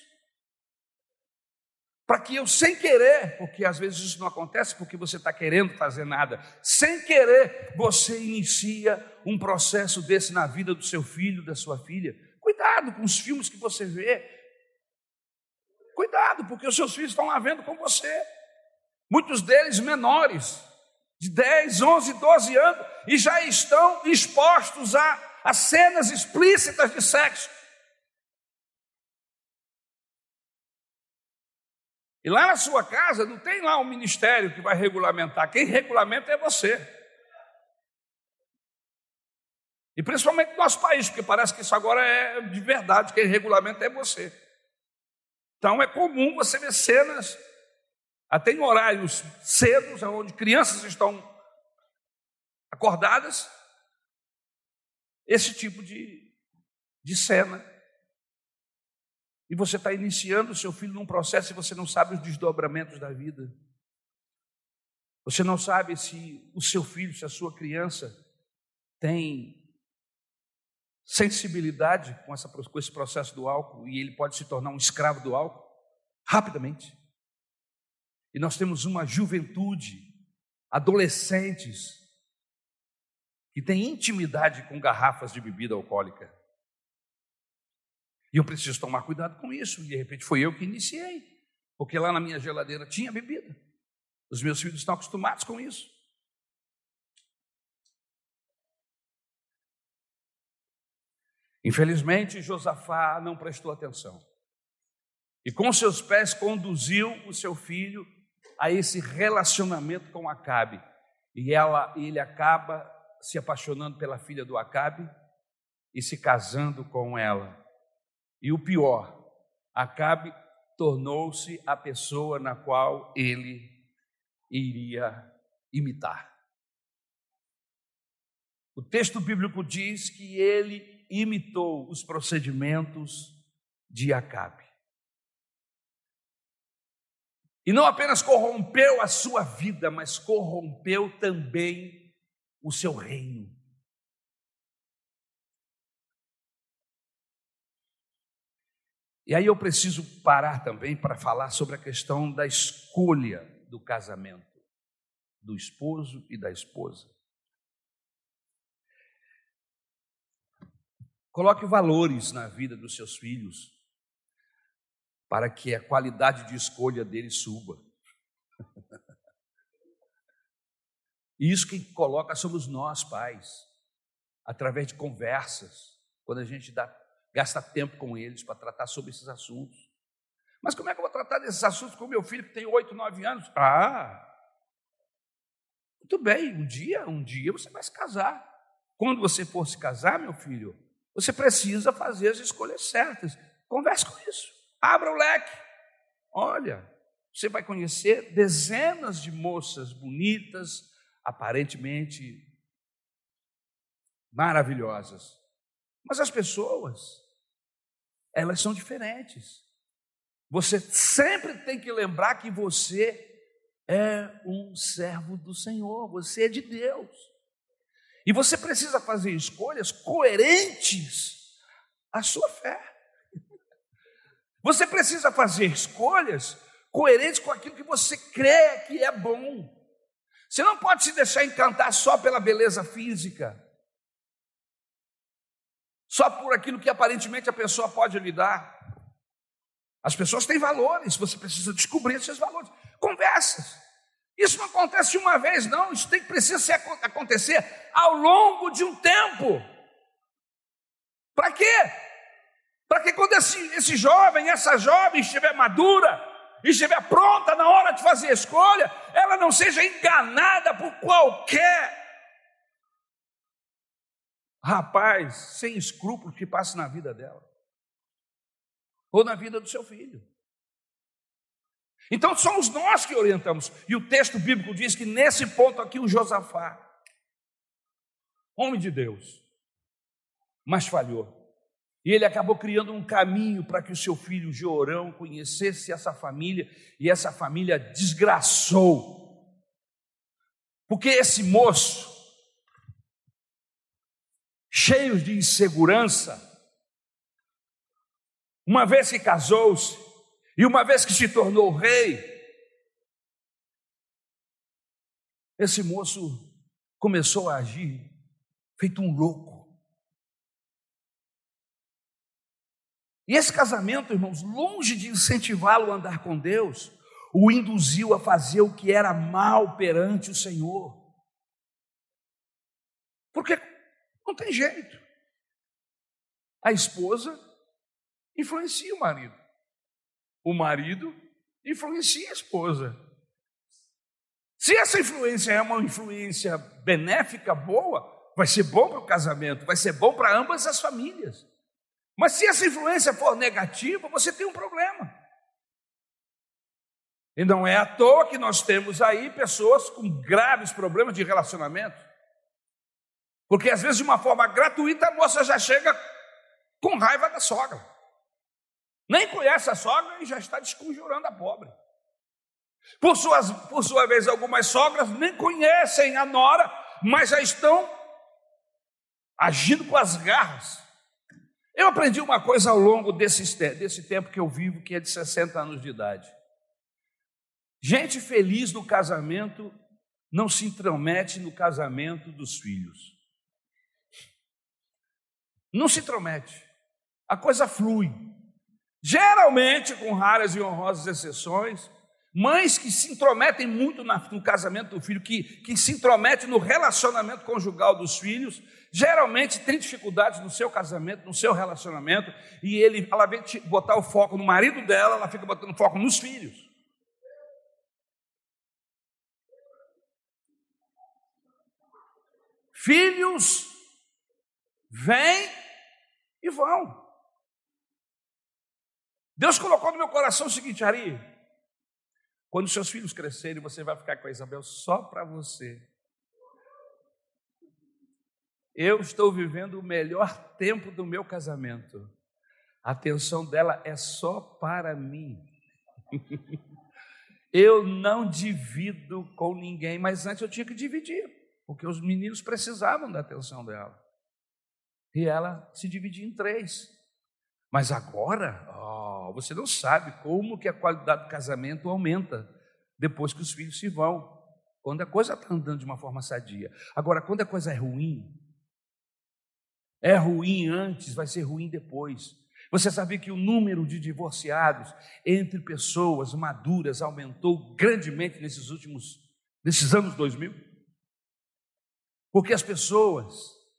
para que eu, sem querer, porque às vezes isso não acontece porque você está querendo fazer nada, sem querer, você inicia um processo desse na vida do seu filho, da sua filha. Cuidado com os filmes que você vê. Cuidado, porque os seus filhos estão lá vendo com você. Muitos deles menores, de 10, 11, 12 anos, e já estão expostos a cenas explícitas de sexo. E lá na sua casa não tem lá um ministério que vai regulamentar. Quem regulamenta é você. E principalmente no nosso país, porque parece que isso agora é de verdade. Quem regulamenta é você. Então é comum você ver cenas, até em horários cedos, onde crianças estão acordadas, esse tipo de cena. E você está iniciando o seu filho num processo e você não sabe os desdobramentos da vida. Você não sabe se o seu filho, se a sua criança tem sensibilidade com esse processo do álcool e ele pode se tornar um escravo do álcool rapidamente. E nós temos uma juventude, adolescentes, que tem intimidade com garrafas de bebida alcoólica. E eu preciso tomar cuidado com isso. E de repente foi eu que iniciei, porque lá na minha geladeira tinha bebida. Os meus filhos estão acostumados com isso. Infelizmente, Josafá não prestou atenção. E com seus pés conduziu o seu filho a esse relacionamento com Acabe. E ele acaba se apaixonando pela filha do Acabe e se casando com ela. E o pior, Acabe tornou-se a pessoa na qual ele iria imitar. O texto bíblico diz que ele imitou os procedimentos de Acabe. E não apenas corrompeu a sua vida, mas corrompeu também o seu reino. E aí eu preciso parar também para falar sobre a questão da escolha do casamento, do esposo e da esposa. Coloque valores na vida dos seus filhos, para que a qualidade de escolha deles suba. E isso que coloca somos nós, pais, através de conversas, quando a gente gasta tempo com eles para tratar sobre esses assuntos. Mas como é que eu vou tratar desses assuntos com o meu filho que tem 8, 9 anos? Muito bem, um dia você vai se casar. Quando você for se casar, meu filho, você precisa fazer as escolhas certas. Converse com isso. Abra o leque. Olha, você vai conhecer dezenas de moças bonitas, aparentemente maravilhosas. Mas as pessoas, elas são diferentes. Você sempre tem que lembrar que você é um servo do Senhor, você é de Deus. E você precisa fazer escolhas coerentes à sua fé. Você precisa fazer escolhas coerentes com aquilo que você crê que é bom. Você não pode se deixar encantar só pela beleza física, só por aquilo que aparentemente a pessoa pode lhe dar. As pessoas têm valores, você precisa descobrir esses valores. Conversas. Isso não acontece de uma vez, não. Isso precisa acontecer ao longo de um tempo. Para quê? Para que quando esse jovem, essa jovem estiver madura, estiver pronta na hora de fazer a escolha, ela não seja enganada por qualquer rapaz sem escrúpulos que passe na vida dela, ou na vida do seu filho. Então somos nós que orientamos, e o texto bíblico diz que nesse ponto aqui o Josafá, homem de Deus, mas falhou. E ele acabou criando um caminho para que o seu filho Jeorão conhecesse essa família, e essa família desgraçou. Porque esse moço, cheio de insegurança, uma vez que casou-se, e uma vez que se tornou rei, esse moço começou a agir feito um louco. E esse casamento, irmãos, longe de incentivá-lo a andar com Deus, o induziu a fazer o que era mal perante o Senhor. Porque não tem jeito. A esposa influencia o marido influencia a esposa. Se essa influência é uma influência benéfica, boa, vai ser bom para o casamento, vai ser bom para ambas as famílias. Mas se essa influência for negativa, você tem um problema. E não é à toa que nós temos aí pessoas com graves problemas de relacionamento. Porque às vezes de uma forma gratuita a moça já chega com raiva da sogra. Nem conhece a sogra e já está desconjurando a pobre. Por sua vez, algumas sogras nem conhecem a nora, mas já estão agindo com as garras. Eu aprendi uma coisa ao longo desse tempo que eu vivo, que é de 60 anos de idade. Gente feliz no casamento não se intromete no casamento dos filhos. Não se intromete. A coisa flui. Geralmente, com raras e honrosas exceções, mães que se intrometem muito no casamento do filho, que se intrometem no relacionamento conjugal dos filhos, geralmente tem dificuldades no seu casamento, no seu relacionamento, e ela vem botar o foco no marido dela, ela fica botando foco nos filhos. Filhos vêm e vão. Deus colocou no meu coração o seguinte: Ari, quando seus filhos crescerem, você vai ficar com a Isabel só para você. Eu estou vivendo o melhor tempo do meu casamento. A atenção dela é só para mim. Eu não divido com ninguém, mas antes eu tinha que dividir, porque os meninos precisavam da atenção dela. E ela se dividia em 3. Mas agora, você não sabe como que a qualidade do casamento aumenta depois que os filhos se vão, quando a coisa está andando de uma forma sadia. Agora, quando a coisa é ruim antes, vai ser ruim depois. Você sabia que o número de divorciados entre pessoas maduras aumentou grandemente nesses anos 2000? Porque as pessoas,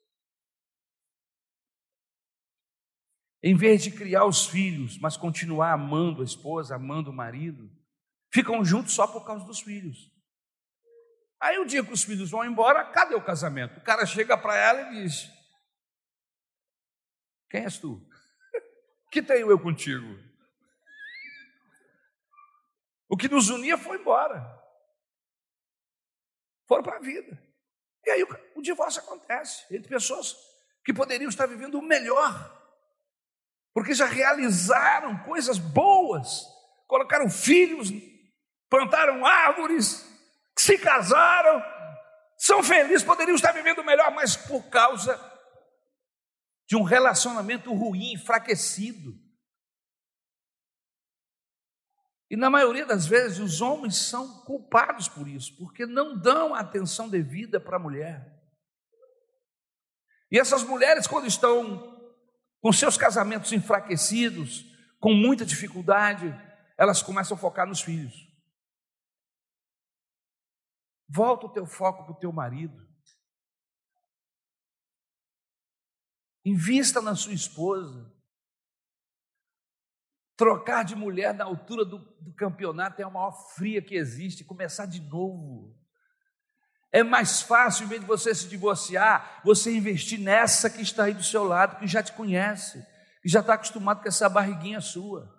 em vez de criar os filhos, mas continuar amando a esposa, amando o marido, ficam juntos só por causa dos filhos. Aí o dia que os filhos vão embora, cadê o casamento? O cara chega para ela e diz: quem és tu? Que tenho eu contigo? O que nos unia foi embora. Foram para a vida. E aí o divórcio acontece entre pessoas que poderiam estar vivendo o melhor, porque já realizaram coisas boas, colocaram filhos, plantaram árvores, se casaram, são felizes, poderiam estar vivendo o melhor, mas por causa de um relacionamento ruim, enfraquecido. E na maioria das vezes os homens são culpados por isso, porque não dão a atenção devida para a mulher. E essas mulheres, quando estão com seus casamentos enfraquecidos, com muita dificuldade, elas começam a focar nos filhos. Volta o teu foco para o teu marido. Invista na sua esposa. Trocar de mulher na altura do campeonato é a maior fria que existe. Começar de novo. É mais fácil, em vez de você se divorciar, você investir nessa que está aí do seu lado, que já te conhece, que já está acostumado com essa barriguinha sua.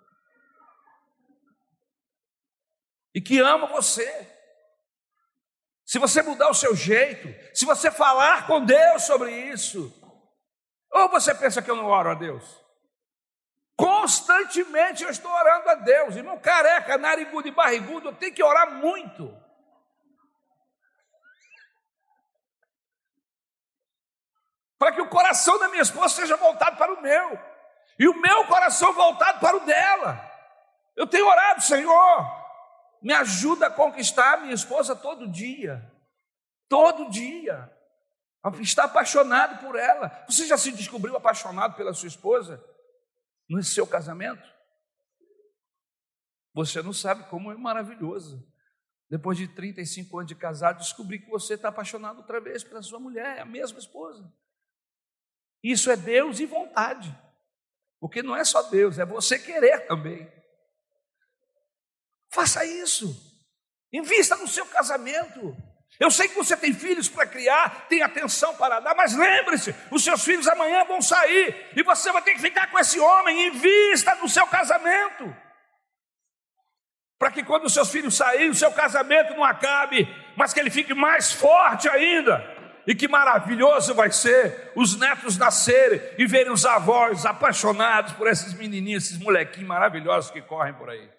E que ama você. Se você mudar o seu jeito, se você falar com Deus sobre isso. Ou você pensa que eu não oro a Deus? Constantemente eu estou orando a Deus. Irmão, careca, narigudo e barrigudo, eu tenho que orar muito. Para que o coração da minha esposa seja voltado para o meu. E o meu coração voltado para o dela. Eu tenho orado: Senhor, me ajuda a conquistar a minha esposa todo dia. Todo dia. Está apaixonado por ela. Você já se descobriu apaixonado pela sua esposa no seu casamento? Você não sabe como é maravilhoso. Depois de 35 anos de casado, descobrir que você está apaixonado outra vez pela sua mulher, é a mesma esposa. Isso é Deus e vontade. Porque não é só Deus, é você querer também. Faça isso. Invista no seu casamento. Eu sei que você tem filhos para criar, tem atenção para dar, mas lembre-se, os seus filhos amanhã vão sair e você vai ter que ficar com esse homem. Invista no seu casamento, para que quando os seus filhos saírem, o seu casamento não acabe, mas que ele fique mais forte ainda. E que maravilhoso vai ser os netos nascerem e verem os avós apaixonados por esses menininhos, esses molequinhos maravilhosos que correm por aí.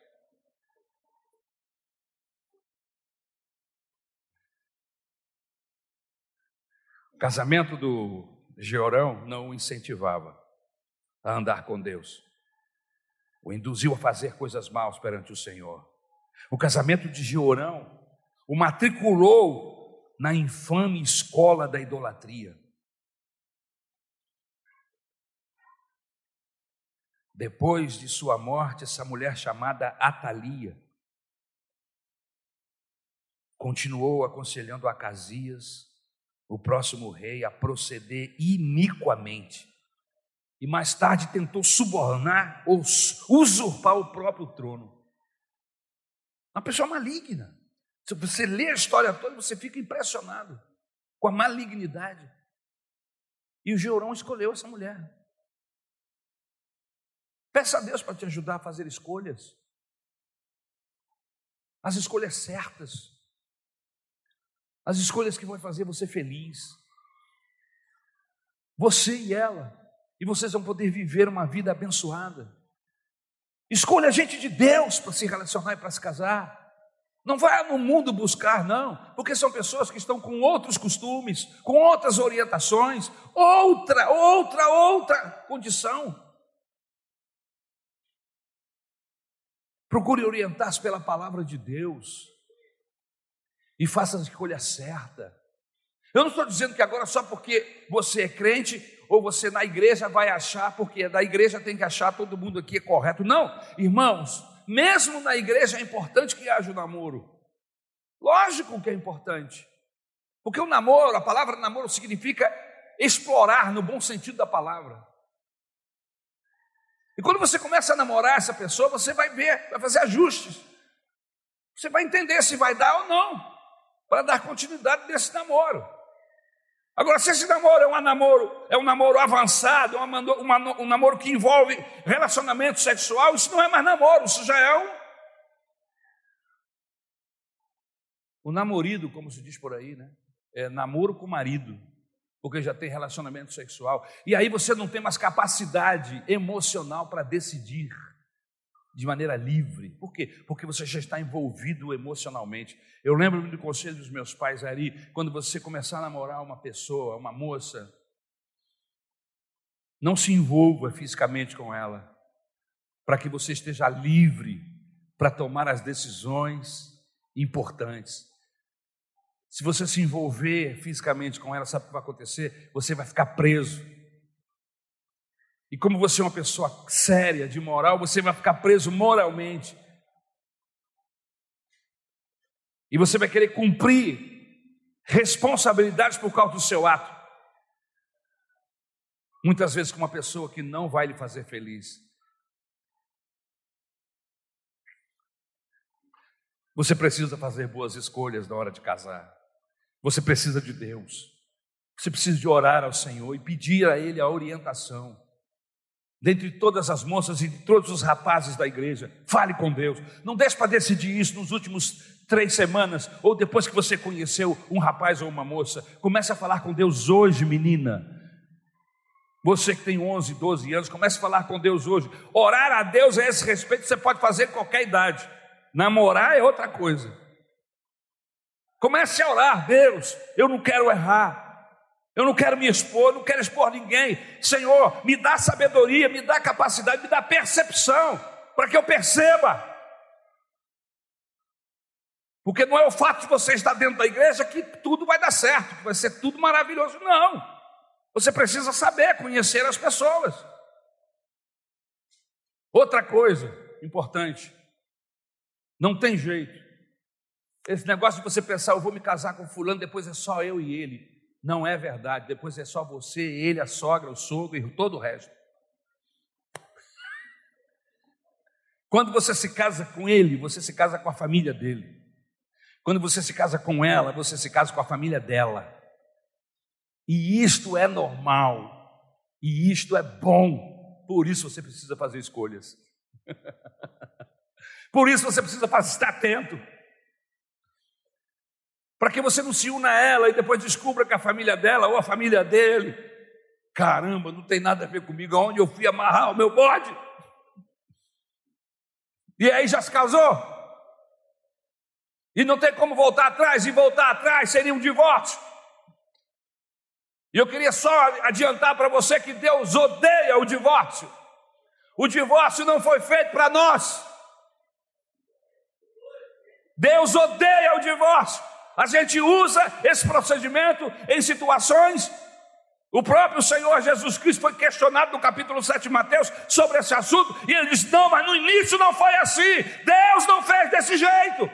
O casamento do Jeorão não o incentivava a andar com Deus, o induziu a fazer coisas maus perante o Senhor. O casamento de Jeorão o matriculou na infame escola da idolatria. Depois de sua morte, essa mulher chamada Atalia continuou aconselhando Acasias, o próximo rei, a proceder iniquamente. E mais tarde tentou subornar ou usurpar o próprio trono. Uma pessoa maligna. Se você lê a história toda, você fica impressionado com a malignidade. E o Georão escolheu essa mulher. Peça a Deus para te ajudar a fazer escolhas. As escolhas certas. As escolhas que vão fazer você feliz. Você e ela. E vocês vão poder viver uma vida abençoada. Escolha gente de Deus para se relacionar e para se casar. Não vai no mundo buscar, não, porque são pessoas que estão com outros costumes, com outras orientações, outra condição. Procure orientar-se pela palavra de Deus e faça a escolha certa. Eu não estou dizendo que agora só porque você é crente ou você na igreja vai achar, porque da igreja tem que achar todo mundo aqui é correto. Não, irmãos, mesmo na igreja é importante que haja o namoro. Lógico que é importante. Porque o namoro, a palavra namoro significa explorar no bom sentido da palavra. E quando você começa a namorar essa pessoa, você vai ver, vai fazer ajustes. Você vai entender se vai dar ou não, para dar continuidade desse namoro. Agora, se esse namoro é um namoro avançado, um namoro que envolve relacionamento sexual, isso não é mais namoro, isso já é o namorido, como se diz por aí, né? É namoro com marido, porque já tem relacionamento sexual. E aí você não tem mais capacidade emocional para decidir de maneira livre. Por quê? Porque você já está envolvido emocionalmente. Eu lembro-me do conselho dos meus pais ali, quando você começar a namorar uma pessoa, uma moça, não se envolva fisicamente com ela, para que você esteja livre para tomar as decisões importantes. Se você se envolver fisicamente com ela, sabe o que vai acontecer? Você vai ficar preso. E como você é uma pessoa séria, de moral, você vai ficar preso moralmente. E você vai querer cumprir responsabilidades por causa do seu ato. Muitas vezes com uma pessoa que não vai lhe fazer feliz. Você precisa fazer boas escolhas na hora de casar. Você precisa de Deus. Você precisa de orar ao Senhor e pedir a Ele a orientação. Dentre todas as moças e de todos os rapazes da igreja, fale com Deus. Não deixe para decidir isso nos últimos 3 semanas, ou depois que você conheceu um rapaz ou uma moça. Comece a falar com Deus hoje, menina. Você que tem 11, 12 anos, comece a falar com Deus hoje. Orar a Deus a esse respeito você pode fazer em qualquer idade. Namorar é outra coisa. Comece a orar: Deus, eu não quero errar. Eu não quero me expor, não quero expor ninguém. Senhor, me dá sabedoria, me dá capacidade, me dá percepção, para que eu perceba. Porque não é o fato de você estar dentro da igreja que tudo vai dar certo, que vai ser tudo maravilhoso. Não. Você precisa saber, conhecer as pessoas. Outra coisa importante, não tem jeito. Esse negócio de você pensar, eu vou me casar com fulano, depois é só eu e ele. Não é verdade, depois é só você, ele, a sogra, o sogro e todo o resto. Quando você se casa com ele, você se casa com a família dele. Quando você se casa com ela, você se casa com a família dela. E isto é normal, e isto é bom, por isso você precisa fazer escolhas. Por isso você precisa estar atento. Para que você não se una a ela e depois descubra que a família dela ou a família dele, caramba, não tem nada a ver comigo, aonde eu fui amarrar o meu bode. E aí já se casou. E não tem como voltar atrás, e voltar atrás seria um divórcio. E eu queria só adiantar para você que Deus odeia o divórcio. O divórcio não foi feito para nós. Deus odeia o divórcio. A gente usa esse procedimento em situações. O próprio Senhor Jesus Cristo foi questionado no capítulo 7 de Mateus sobre esse assunto, e ele disse: não, mas no início não foi assim. Deus não fez desse jeito.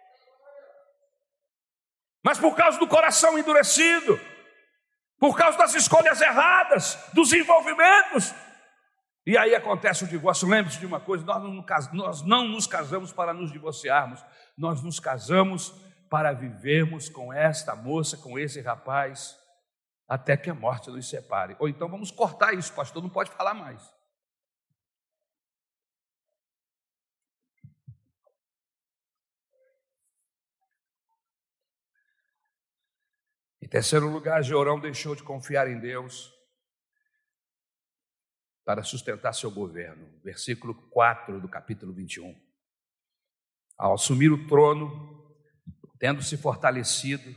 Mas por causa do coração endurecido, por causa das escolhas erradas, dos envolvimentos, e aí acontece o divórcio. Lembre-se de uma coisa: nós não nos casamos para nos divorciarmos, nós nos casamos para vivermos com esta moça, com esse rapaz, até que a morte nos separe. Ou então vamos cortar isso, pastor, não pode falar mais. Em terceiro lugar, Jeorão deixou de confiar em Deus para sustentar seu governo. Versículo 4 do capítulo 21. Ao assumir o trono, tendo se fortalecido,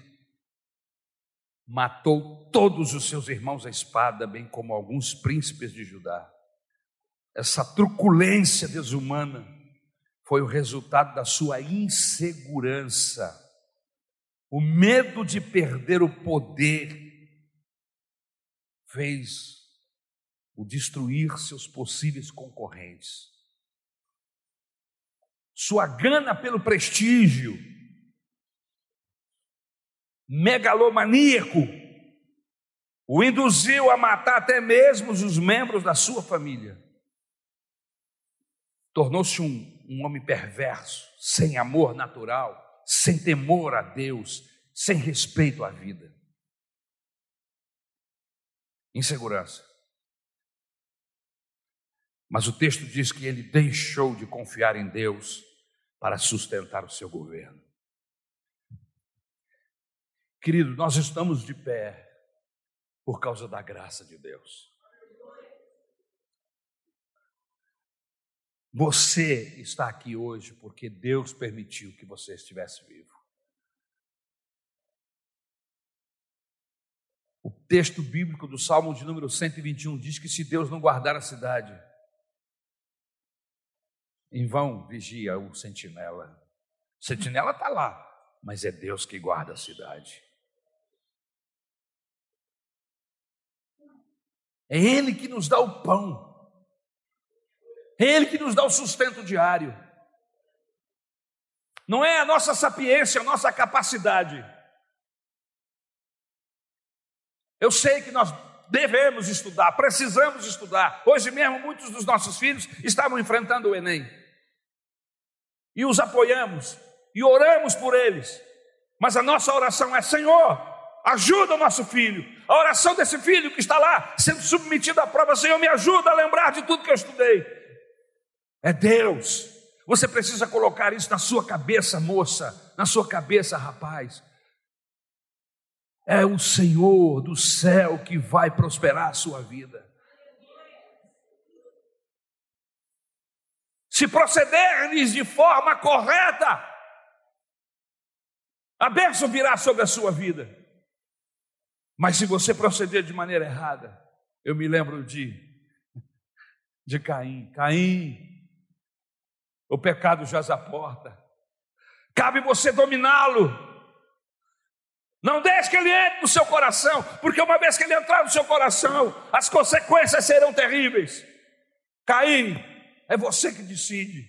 matou todos os seus irmãos à espada, bem como alguns príncipes de Judá. Essa truculência desumana foi o resultado da sua insegurança. O medo de perder o poder fez o destruir seus possíveis concorrentes. Sua gana pelo prestígio, megalomaníaco, o induziu a matar até mesmo os membros da sua família. Tornou-se um homem perverso, sem amor natural, sem temor a Deus, sem respeito à vida. Insegurança. Mas o texto diz que ele deixou de confiar em Deus para sustentar o seu governo. Querido, nós estamos de pé por causa da graça de Deus. Você está aqui hoje porque Deus permitiu que você estivesse vivo. O texto bíblico do Salmo de número 121 diz que se Deus não guardar a cidade, em vão vigia o sentinela. O sentinela está lá, mas é Deus que guarda a cidade. É Ele que nos dá o pão. É Ele que nos dá o sustento diário. Não é a nossa sapiência, a nossa capacidade. Eu sei que nós devemos estudar, precisamos estudar. Hoje mesmo muitos dos nossos filhos estavam enfrentando o Enem. E os apoiamos e oramos por eles. Mas a nossa oração é: Senhor, ajuda o nosso filho. A oração desse filho que está lá sendo submetido à prova: Senhor, me ajuda a lembrar de tudo que eu estudei. É Deus. Você precisa colocar isso na sua cabeça, moça, na sua cabeça, rapaz. É o Senhor do céu que vai prosperar a sua vida. Se procederes de forma correta, a bênção virá sobre a sua vida. Mas se você proceder de maneira errada, eu me lembro de Caim. Caim, o pecado jaz à porta. Cabe você dominá-lo. Não deixe que ele entre no seu coração, porque uma vez que ele entrar no seu coração, as consequências serão terríveis. Caim, é você que decide.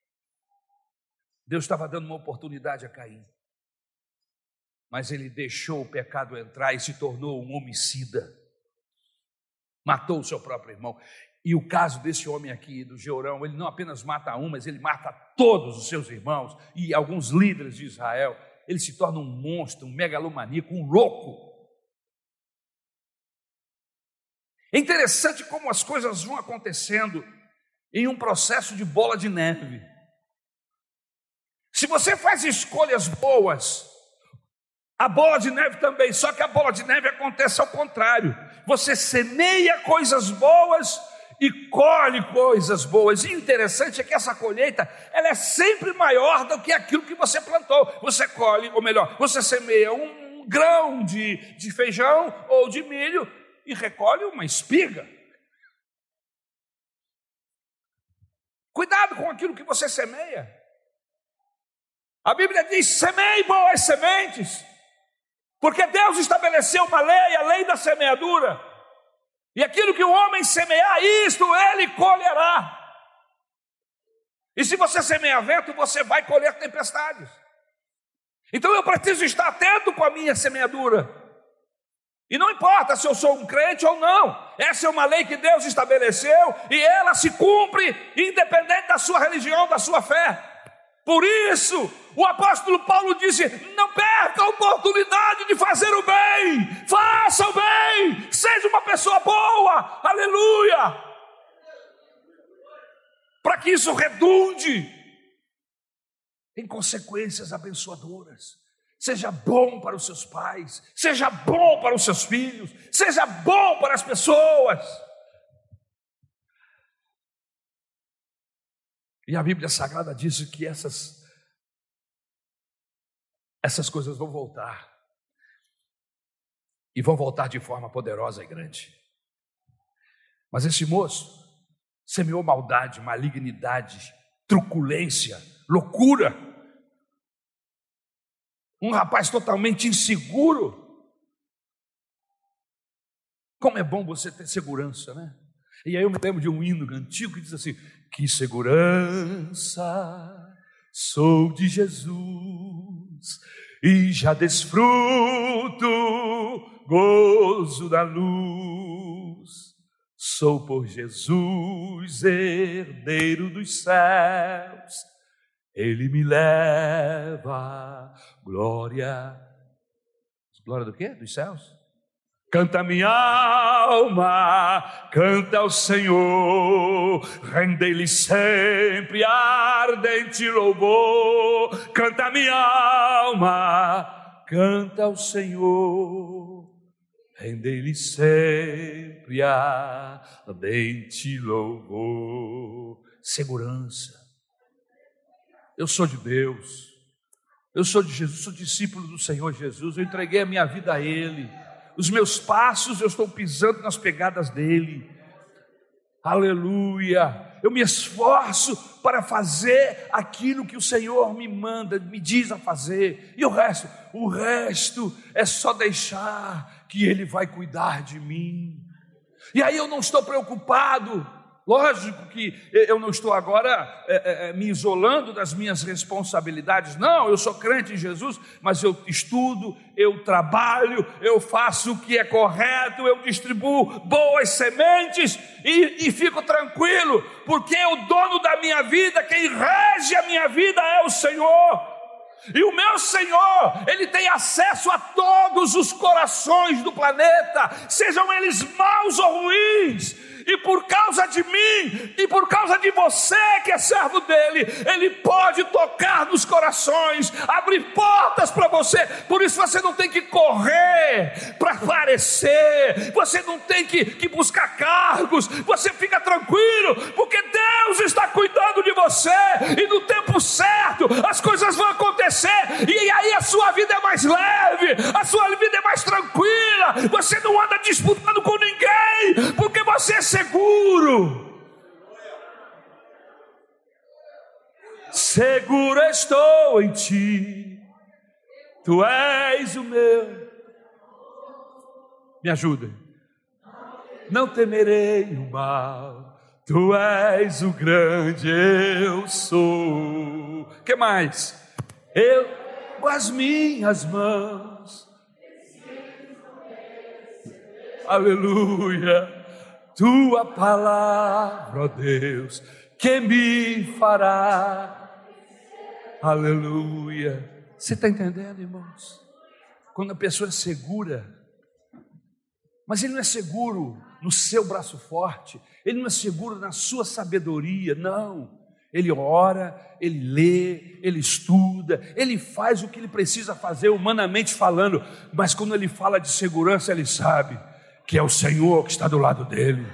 Deus estava dando uma oportunidade a Caim, mas ele deixou o pecado entrar e se tornou um homicida. Matou o seu próprio irmão. E o caso desse homem aqui, do Jeorão, ele não apenas mata um, mas ele mata todos os seus irmãos e alguns líderes de Israel. Ele se torna um monstro, um megalomaníaco, um louco. É interessante como as coisas vão acontecendo em um processo de bola de neve. Se você faz escolhas boas, a bola de neve também, só que a bola de neve acontece ao contrário. Você semeia coisas boas e colhe coisas boas. E interessante é que essa colheita, ela é sempre maior do que aquilo que você plantou. Você colhe, ou melhor, você semeia um grão de feijão ou de milho e recolhe uma espiga. Cuidado com aquilo que você semeia. A Bíblia diz: semeie boas sementes, porque Deus estabeleceu uma lei, a lei da semeadura. E aquilo que o homem semear, isto ele colherá. E se você semear vento, você vai colher tempestades. Então eu preciso estar atento com a minha semeadura. E não importa se eu sou um crente ou não. Essa é uma lei que Deus estabeleceu e ela se cumpre independente da sua religião, da sua fé. Por isso, o apóstolo Paulo disse: não perca a oportunidade de fazer o bem, faça o bem. para que isso redunde em consequências abençoadoras. Seja bom para os seus pais, seja bom para os seus filhos, seja bom para as pessoas. E a Bíblia Sagrada diz que essas coisas vão voltar. E vão voltar de forma poderosa e grande. Mas esse moço semeou maldade, malignidade, truculência, loucura. Um rapaz totalmente inseguro. Como é bom você ter segurança, né? E aí eu me lembro de um hino antigo que diz assim: que segurança sou de Jesus e já desfruto gozo da luz. Sou por Jesus herdeiro dos céus, Ele me leva glória. Glória do quê? Dos céus? Canta minha alma, canta ao Senhor, rende-lhe sempre ardente louvor. Canta minha alma, canta ao Senhor, rende-lhe sempre ardente louvor. Segurança. Eu sou de Deus, eu sou de Jesus, sou discípulo do Senhor Jesus, eu entreguei a minha vida a Ele. Os meus passos eu estou pisando nas pegadas dele. Aleluia. Eu me esforço para fazer aquilo que o Senhor me manda, me diz a fazer. E o resto é só deixar que Ele vai cuidar de mim. E aí eu não estou preocupado. Lógico que eu não estou agora me isolando das minhas responsabilidades. Não, eu sou crente em Jesus, mas eu estudo, eu trabalho, eu faço o que é correto, eu distribuo boas sementes e fico tranquilo, porque o dono da minha vida, quem rege a minha vida é o Senhor. E o meu Senhor, Ele tem acesso a todos os corações do planeta, sejam eles maus ou ruins. E por causa de mim, e por causa de você que é servo dele, Ele pode tocar nos corações, abrir portas para você. Por isso você não tem que correr para aparecer, você não tem que buscar cargos, você fica tranquilo, porque Deus está cuidando de você, e no tempo certo as coisas vão acontecer, e aí a sua vida é mais leve, a sua vida é mais tranquila, você não anda disputando com ninguém, porque você é seguro. Seguro estou em ti, tu és o meu. Me ajuda. Não temerei o mal, tu és o grande eu sou. Que mais? Eu com as minhas mãos, aleluia, tua palavra, ó Deus, que me fará, aleluia. Você está entendendo, irmãos? Quando a pessoa é segura, mas ele não é seguro no seu braço forte, ele não é seguro na sua sabedoria, não. Ele ora, ele lê, ele estuda, ele faz o que ele precisa fazer humanamente falando, mas quando ele fala de segurança, ele sabe que é o Senhor que está do lado dele.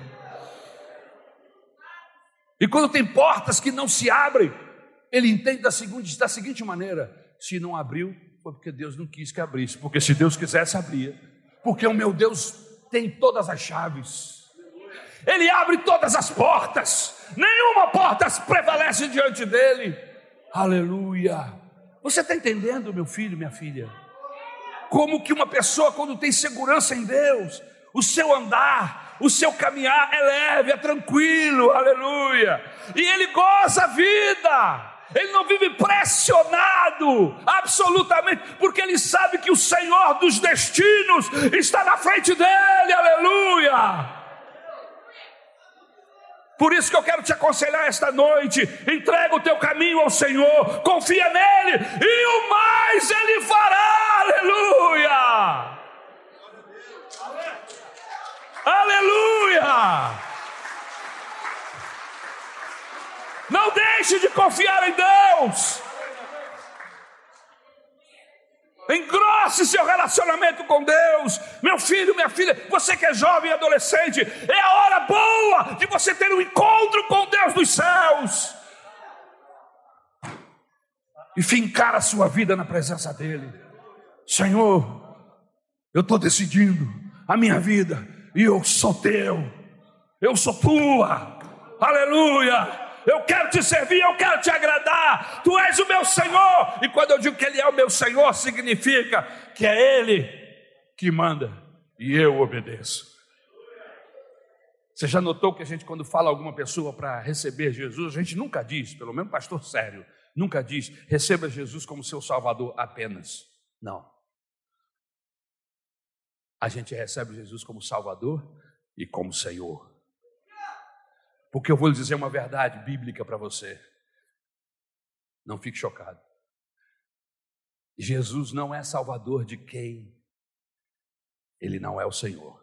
E quando tem portas que não se abrem, ele entende da seguinte maneira: se não abriu, foi porque Deus não quis que abrisse, porque se Deus quisesse, abria, porque o meu Deus tem todas as chaves, Ele abre todas as portas, nenhuma porta prevalece diante dele, aleluia. Você está entendendo, meu filho, minha filha? Como que uma pessoa, quando tem segurança em Deus, o seu andar, o seu caminhar é leve, é tranquilo, aleluia, e ele goza a vida. Ele não vive pressionado, absolutamente, porque ele sabe que o Senhor dos destinos está na frente dele, aleluia. Por isso que eu quero te aconselhar esta noite: entrega o teu caminho ao Senhor, confia nele, e o mais ele fará, aleluia, aleluia. deixe de confiar em Deus. Engrosse seu relacionamento com Deus. Meu filho, minha filha, você que é jovem e adolescente, é a hora boa de você ter um encontro com Deus dos céus e fincar a sua vida na presença dele. Senhor, eu estou decidindo a minha vida e eu sou teu, eu sou tua, aleluia. Eu quero te servir, eu quero te agradar. Tu és o meu Senhor. E quando eu digo que Ele é o meu Senhor, significa que é Ele que manda e eu obedeço. Você já notou que a gente, quando fala alguma pessoa para receber Jesus, a gente nunca diz, pelo menos pastor sério, nunca diz, receba Jesus como seu Salvador apenas. Não. A gente recebe Jesus como Salvador e como Senhor. Porque eu vou lhe dizer uma verdade bíblica para você. Não fique chocado. Jesus não é Salvador de quem Ele não é o Senhor.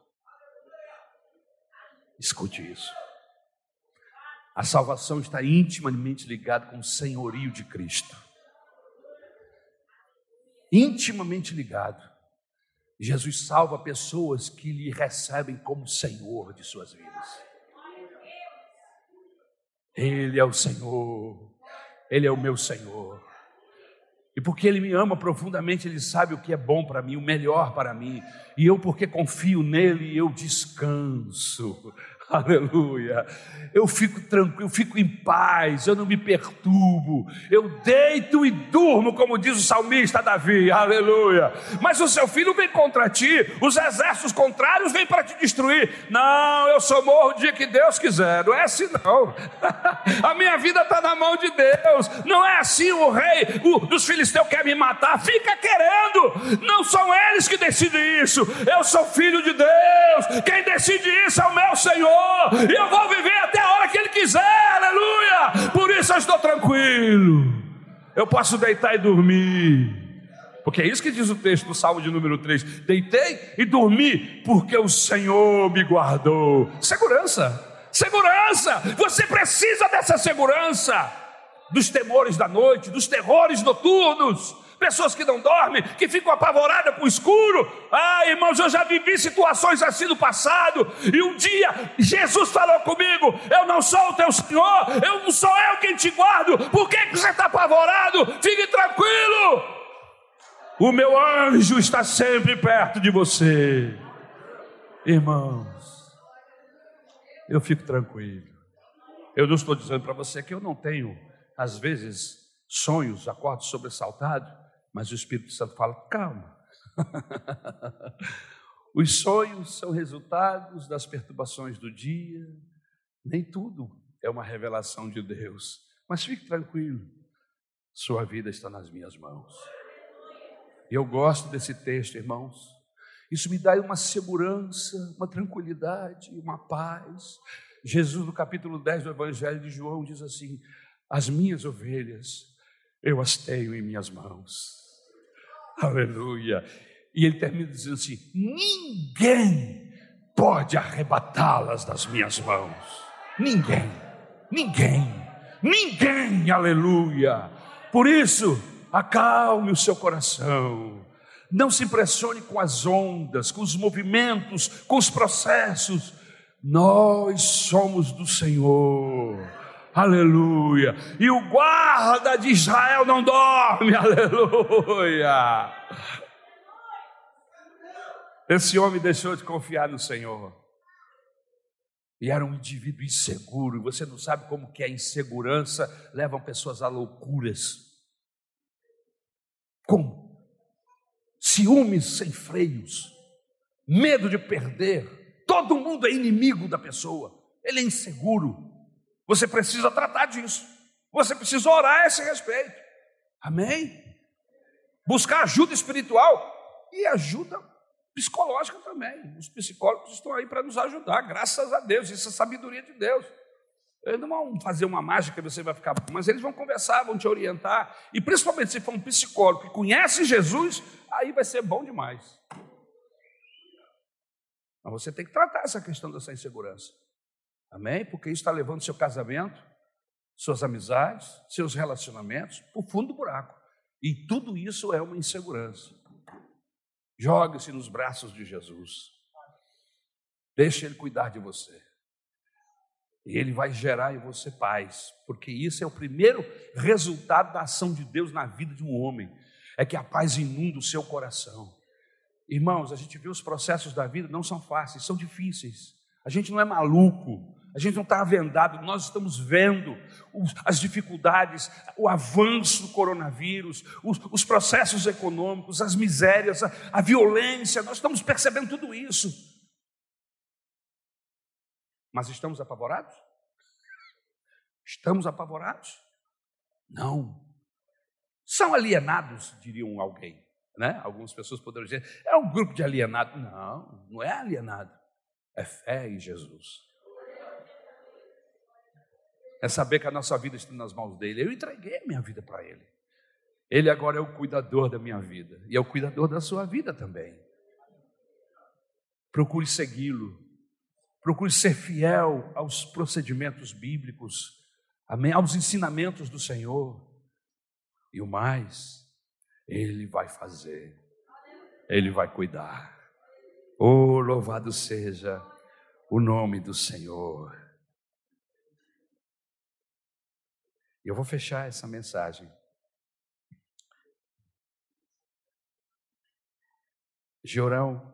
Escute isso. A salvação está intimamente ligada com o senhorio de Cristo. Intimamente ligado. Jesus salva pessoas que lhe recebem como Senhor de suas vidas. Ele é o Senhor, Ele é o meu Senhor. E porque Ele me ama profundamente, Ele sabe o que é bom para mim, o melhor para mim. E eu, porque confio nele, eu descanso. Aleluia. Eu fico tranquilo, eu fico em paz, eu não me perturbo. Eu deito e durmo, como diz o salmista Davi. Aleluia. Mas o seu filho vem contra ti, os exércitos contrários vêm para te destruir. Não, eu só morro o dia que Deus quiser. Não é assim não. A minha vida está na mão de Deus. Não é assim. O rei dos filisteus quer me matar, fica querendo. Não são eles que decidem isso. Eu sou filho de Deus. Quem decide isso é o meu Senhor. E eu vou viver até a hora que Ele quiser, aleluia. Por isso eu estou tranquilo. Eu posso deitar e dormir, porque é isso que diz o texto do Salmo de número 3. Deitei e dormi, porque o Senhor me guardou. Segurança, segurança. Você precisa dessa segurança, dos temores da noite, dos terrores noturnos. Pessoas que não dormem, que ficam apavoradas com o escuro. Irmãos, eu já vivi situações assim no passado. E um dia Jesus falou comigo: eu não sou o teu Senhor, eu não sou eu quem te guardo. Por que você está apavorado? Fique tranquilo, o meu anjo está sempre perto de você. Irmãos, eu fico tranquilo. Eu não estou dizendo para você que eu não tenho, às vezes, sonhos, acordo sobressaltado. Mas o Espírito Santo fala: calma. Os sonhos são resultados das perturbações do dia. Nem tudo é uma revelação de Deus. Mas fique tranquilo, sua vida está nas minhas mãos. E eu gosto desse texto, irmãos. Isso me dá uma segurança, uma tranquilidade, uma paz. Jesus, no capítulo 10 do Evangelho de João, diz assim: as minhas ovelhas, eu as tenho em minhas mãos. Aleluia. E ele termina dizendo assim: ninguém pode arrebatá-las das minhas mãos. Ninguém, ninguém, ninguém, aleluia. Por isso, acalme o seu coração. Não se impressione com as ondas, com os movimentos, com os processos. Nós somos do Senhor. Aleluia. E o guarda de Israel não dorme. Aleluia. Esse homem deixou de confiar no Senhor. E era um indivíduo inseguro. Você não sabe como que a insegurança leva pessoas a loucuras. Com ciúmes sem freios, medo de perder. Todo mundo é inimigo da pessoa. Ele é inseguro. Você precisa tratar disso. Você precisa orar a esse respeito. Amém? Buscar ajuda espiritual e ajuda psicológica também. Os psicólogos estão aí para nos ajudar, graças a Deus. Isso é sabedoria de Deus. Eles não vão fazer uma mágica e você vai ficar bom, mas eles vão conversar, vão te orientar. E principalmente se for um psicólogo que conhece Jesus, aí vai ser bom demais. Mas você tem que tratar essa questão dessa insegurança. Amém? Porque isso está levando o seu casamento suas amizades, seus relacionamentos, para o fundo do buraco. E tudo isso é uma insegurança. Jogue-se nos braços de Jesus. Deixe Ele cuidar de você. E Ele vai gerar em você paz, porque isso é o primeiro resultado da ação de Deus na vida de um homem, é que a paz inunda o seu coração. Irmãos, a gente vê os processos da vida, não são fáceis, são difíceis. A gente não é maluco, a gente não está vendado, nós estamos vendo as dificuldades, o avanço do coronavírus, os processos econômicos, as misérias, a violência, nós estamos percebendo tudo isso. Mas estamos apavorados? Estamos apavorados? Não. São alienados, diriam alguém, né? Algumas pessoas poderiam dizer, é um grupo de alienados. Não, não é alienado. É fé em Jesus. É saber que a nossa vida está nas mãos dele. Eu entreguei a minha vida para ele. Ele agora é o cuidador da minha vida. E é o cuidador da sua vida também. Procure segui-lo. Procure ser fiel aos procedimentos bíblicos. Amém? Aos ensinamentos do Senhor. E o mais, Ele vai fazer. Ele vai cuidar. Oh, louvado seja o nome do Senhor. Eu vou fechar essa mensagem. Georão,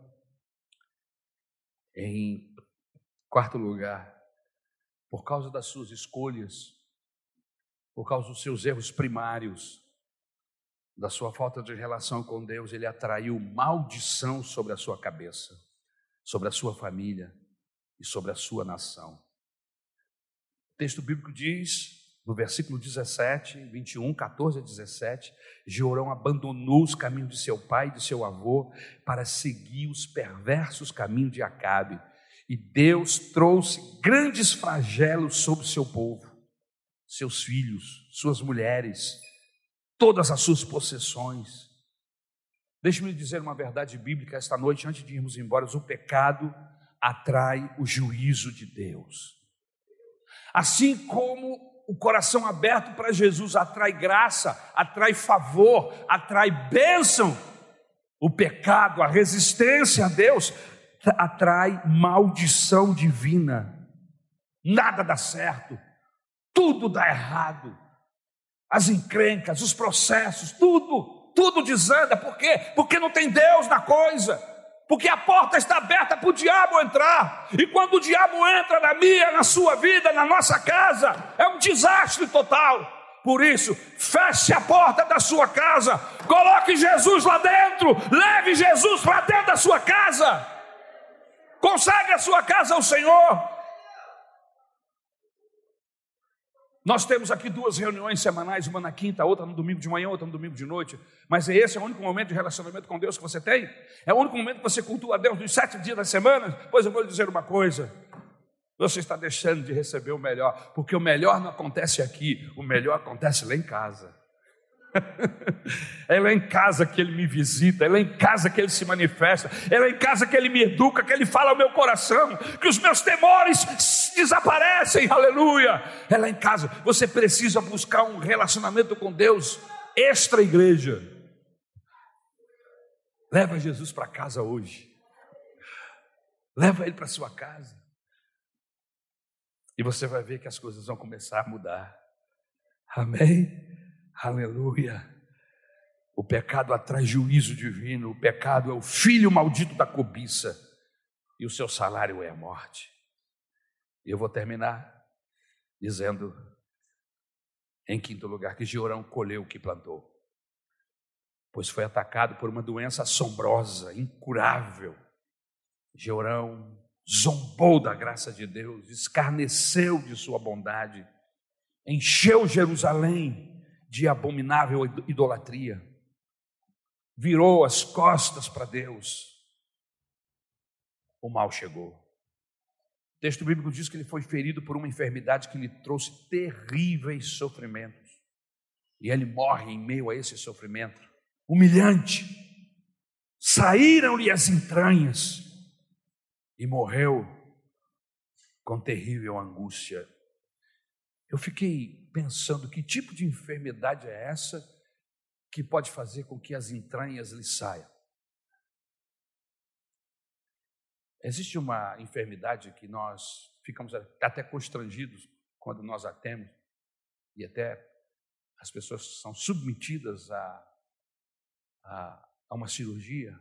em quarto lugar, por causa das suas escolhas, por causa dos seus erros primários, da sua falta de relação com Deus, ele atraiu maldição sobre a sua cabeça, sobre a sua família e sobre a sua nação. O texto bíblico diz, no versículo 17, 21, 14 a 17, Georão abandonou os caminhos de seu pai e de seu avô para seguir os perversos caminhos de Acabe. E Deus trouxe grandes flagelos sobre o seu povo, seus filhos, suas mulheres, todas as suas possessões. Deixe-me dizer uma verdade bíblica esta noite, antes de irmos embora. O pecado atrai o juízo de Deus. Assim como o coração aberto para Jesus atrai graça, atrai favor, atrai bênção, o pecado, a resistência a Deus, atrai maldição divina. Nada dá certo, tudo dá errado. As encrencas, os processos, tudo desanda. Por quê? Porque não tem Deus na coisa. Porque a porta está aberta para o diabo entrar. E quando o diabo entra na minha, na sua vida, na nossa casa, é um desastre total. Por isso, feche a porta da sua casa, coloque Jesus lá dentro, leve Jesus para dentro da sua casa, consagre a sua casa ao Senhor. Nós temos aqui 2 reuniões semanais, uma na quinta, outra no domingo de manhã, outra no domingo de noite. Mas esse é o único momento de relacionamento com Deus que você tem? É o único momento que você cultua a Deus nos 7 dias da semana? Pois eu vou lhe dizer uma coisa. Você está deixando de receber o melhor, porque o melhor não acontece aqui, o melhor acontece lá em casa. É lá em casa que Ele me visita, é lá em casa que Ele se manifesta, é lá em casa que Ele me educa, que Ele fala ao meu coração, que os meus temores desaparecem, aleluia. É lá em casa. Você precisa buscar um relacionamento com Deus extra igreja. Leva Jesus para casa hoje, leva Ele para sua casa, e você vai ver que as coisas vão começar a mudar. Amém? Aleluia. O pecado atrai juízo divino. O pecado é o filho maldito da cobiça, e o seu salário é a morte. E eu vou terminar dizendo, em quinto lugar, que Georão colheu o que plantou, pois foi atacado por uma doença assombrosa, incurável. Georão zombou da graça de Deus, escarneceu de sua bondade, encheu Jerusalém de abominável idolatria, virou as costas para Deus. O mal chegou. O texto bíblico diz que ele foi ferido por uma enfermidade que lhe trouxe terríveis sofrimentos, e ele morre em meio a esse sofrimento humilhante. Saíram-lhe as entranhas e morreu com terrível angústia. eu fiquei pensando que tipo de enfermidade é essa que pode fazer com que as entranhas lhe saiam. Existe uma enfermidade que nós ficamos até constrangidos quando nós a temos, e até as pessoas são submetidas a uma cirurgia,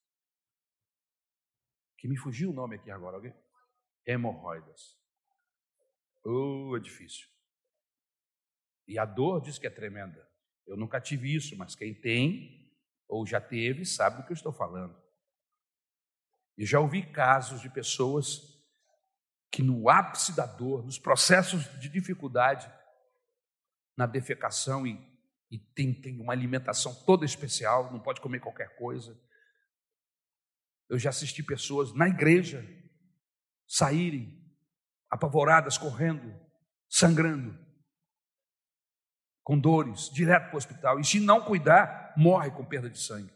que me fugiu o nome aqui agora, alguém? Hemorroidas. É difícil. E a dor diz que é tremenda. Eu nunca tive isso, mas quem tem ou já teve sabe do que eu estou falando. E já ouvi casos de pessoas que no ápice da dor, nos processos de dificuldade, na defecação e tem uma alimentação toda especial, não pode comer qualquer coisa. Eu já assisti pessoas na igreja saírem apavoradas, correndo, sangrando, com dores, direto para o hospital. E se não cuidar, morre com perda de sangue.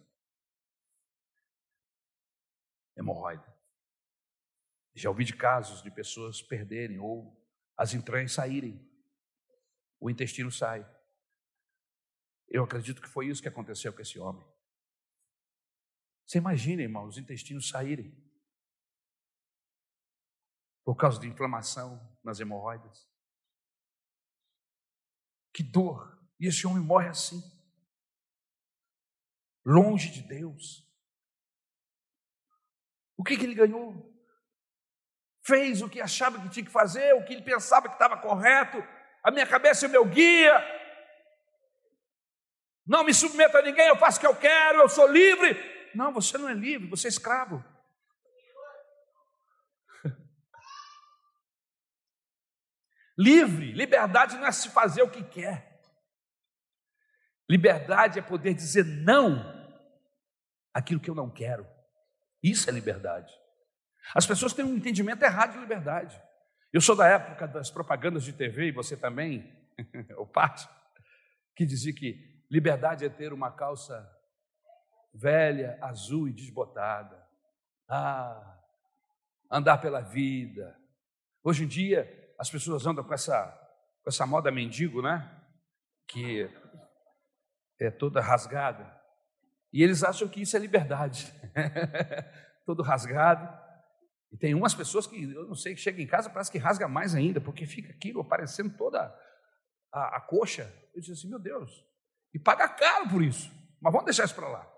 Hemorroida. Já ouvi de casos de pessoas perderem ou as entranhas saírem. O intestino sai. Eu acredito que foi isso que aconteceu com esse homem. Você imagina, irmão, os intestinos saírem por causa de inflamação nas hemorroidas. Que dor! E esse homem morre assim, longe de Deus. O que ele ganhou? Fez o que achava que tinha que fazer, o que ele pensava que estava correto. A minha cabeça é o meu guia. Não me submeto a ninguém, eu faço o que eu quero, eu sou livre. Não, você não é livre, você é escravo. Livre, liberdade não é se fazer o que quer. Liberdade é poder dizer não àquilo que eu não quero. Isso é liberdade. As pessoas têm um entendimento errado de liberdade. Eu sou da época das propagandas de TV, e você também, o Pátio, que dizia que liberdade é ter uma calça velha, azul e desbotada. Andar pela vida. Hoje em dia, as pessoas andam com essa moda mendigo, né? Que é toda rasgada. E eles acham que isso é liberdade. Todo rasgado. E tem umas pessoas que, eu não sei, que chegam em casa, parece que rasga mais ainda, porque fica aquilo aparecendo toda a coxa. Eu disse assim, meu Deus, e paga caro por isso, mas vamos deixar isso para lá.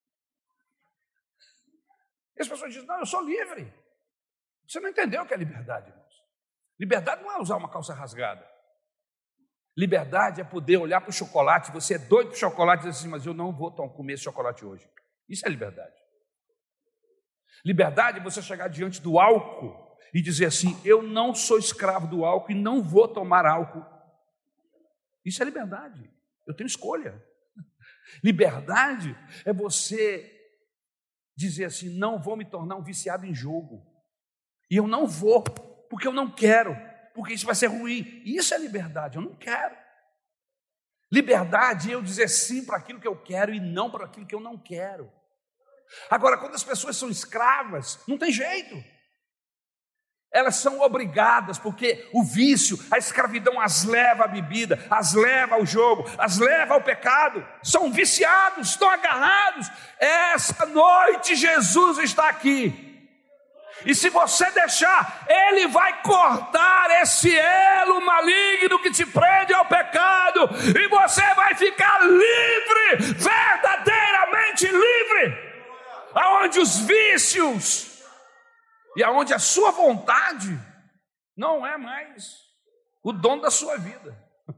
E as pessoas dizem, não, eu sou livre. Você não entendeu o que é liberdade, irmãos. Liberdade não é usar uma calça rasgada. Liberdade é poder olhar para o chocolate, você é doido para chocolate e dizer assim, mas eu não vou comer esse chocolate hoje. Isso é liberdade. Liberdade é você chegar diante do álcool e dizer assim, eu não sou escravo do álcool e não vou tomar álcool. Isso é liberdade. Eu tenho escolha. Liberdade é você dizer assim, não vou me tornar um viciado em jogo. E eu não vou, porque eu não quero, porque isso vai ser ruim. Isso é liberdade, eu não quero. Liberdade é eu dizer sim para aquilo que eu quero e não para aquilo que eu não quero. Agora, quando as pessoas são escravas, não tem jeito. Elas são obrigadas, porque o vício, a escravidão as leva à bebida, as leva ao jogo, as leva ao pecado. São viciados, estão agarrados. Essa noite Jesus está aqui. E se você deixar, Ele vai cortar esse elo maligno que te prende ao pecado. E você vai ficar livre, verdadeiramente livre. Aonde os vícios e aonde a sua vontade não é mais o dono da sua vida.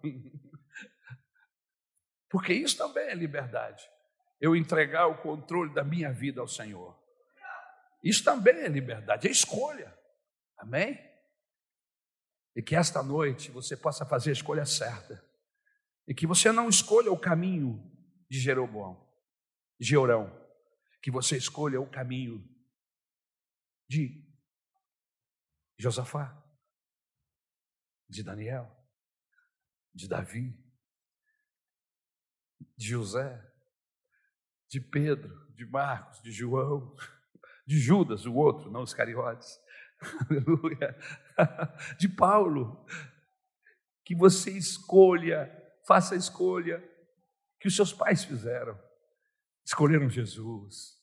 Porque isso também é liberdade. Eu entregar o controle da minha vida ao Senhor. Isso também é liberdade, é escolha. Amém? E que esta noite você possa fazer a escolha certa. E que você não escolha o caminho de Jeroboão, de Jeorão. Que você escolha o caminho de Josafá, de Daniel, de Davi, de José, de Pedro, de Marcos, de João, de Judas, o outro, não os Iscariotes, aleluia, de Paulo, que você escolha, faça a escolha que os seus pais fizeram. Escolheram Jesus.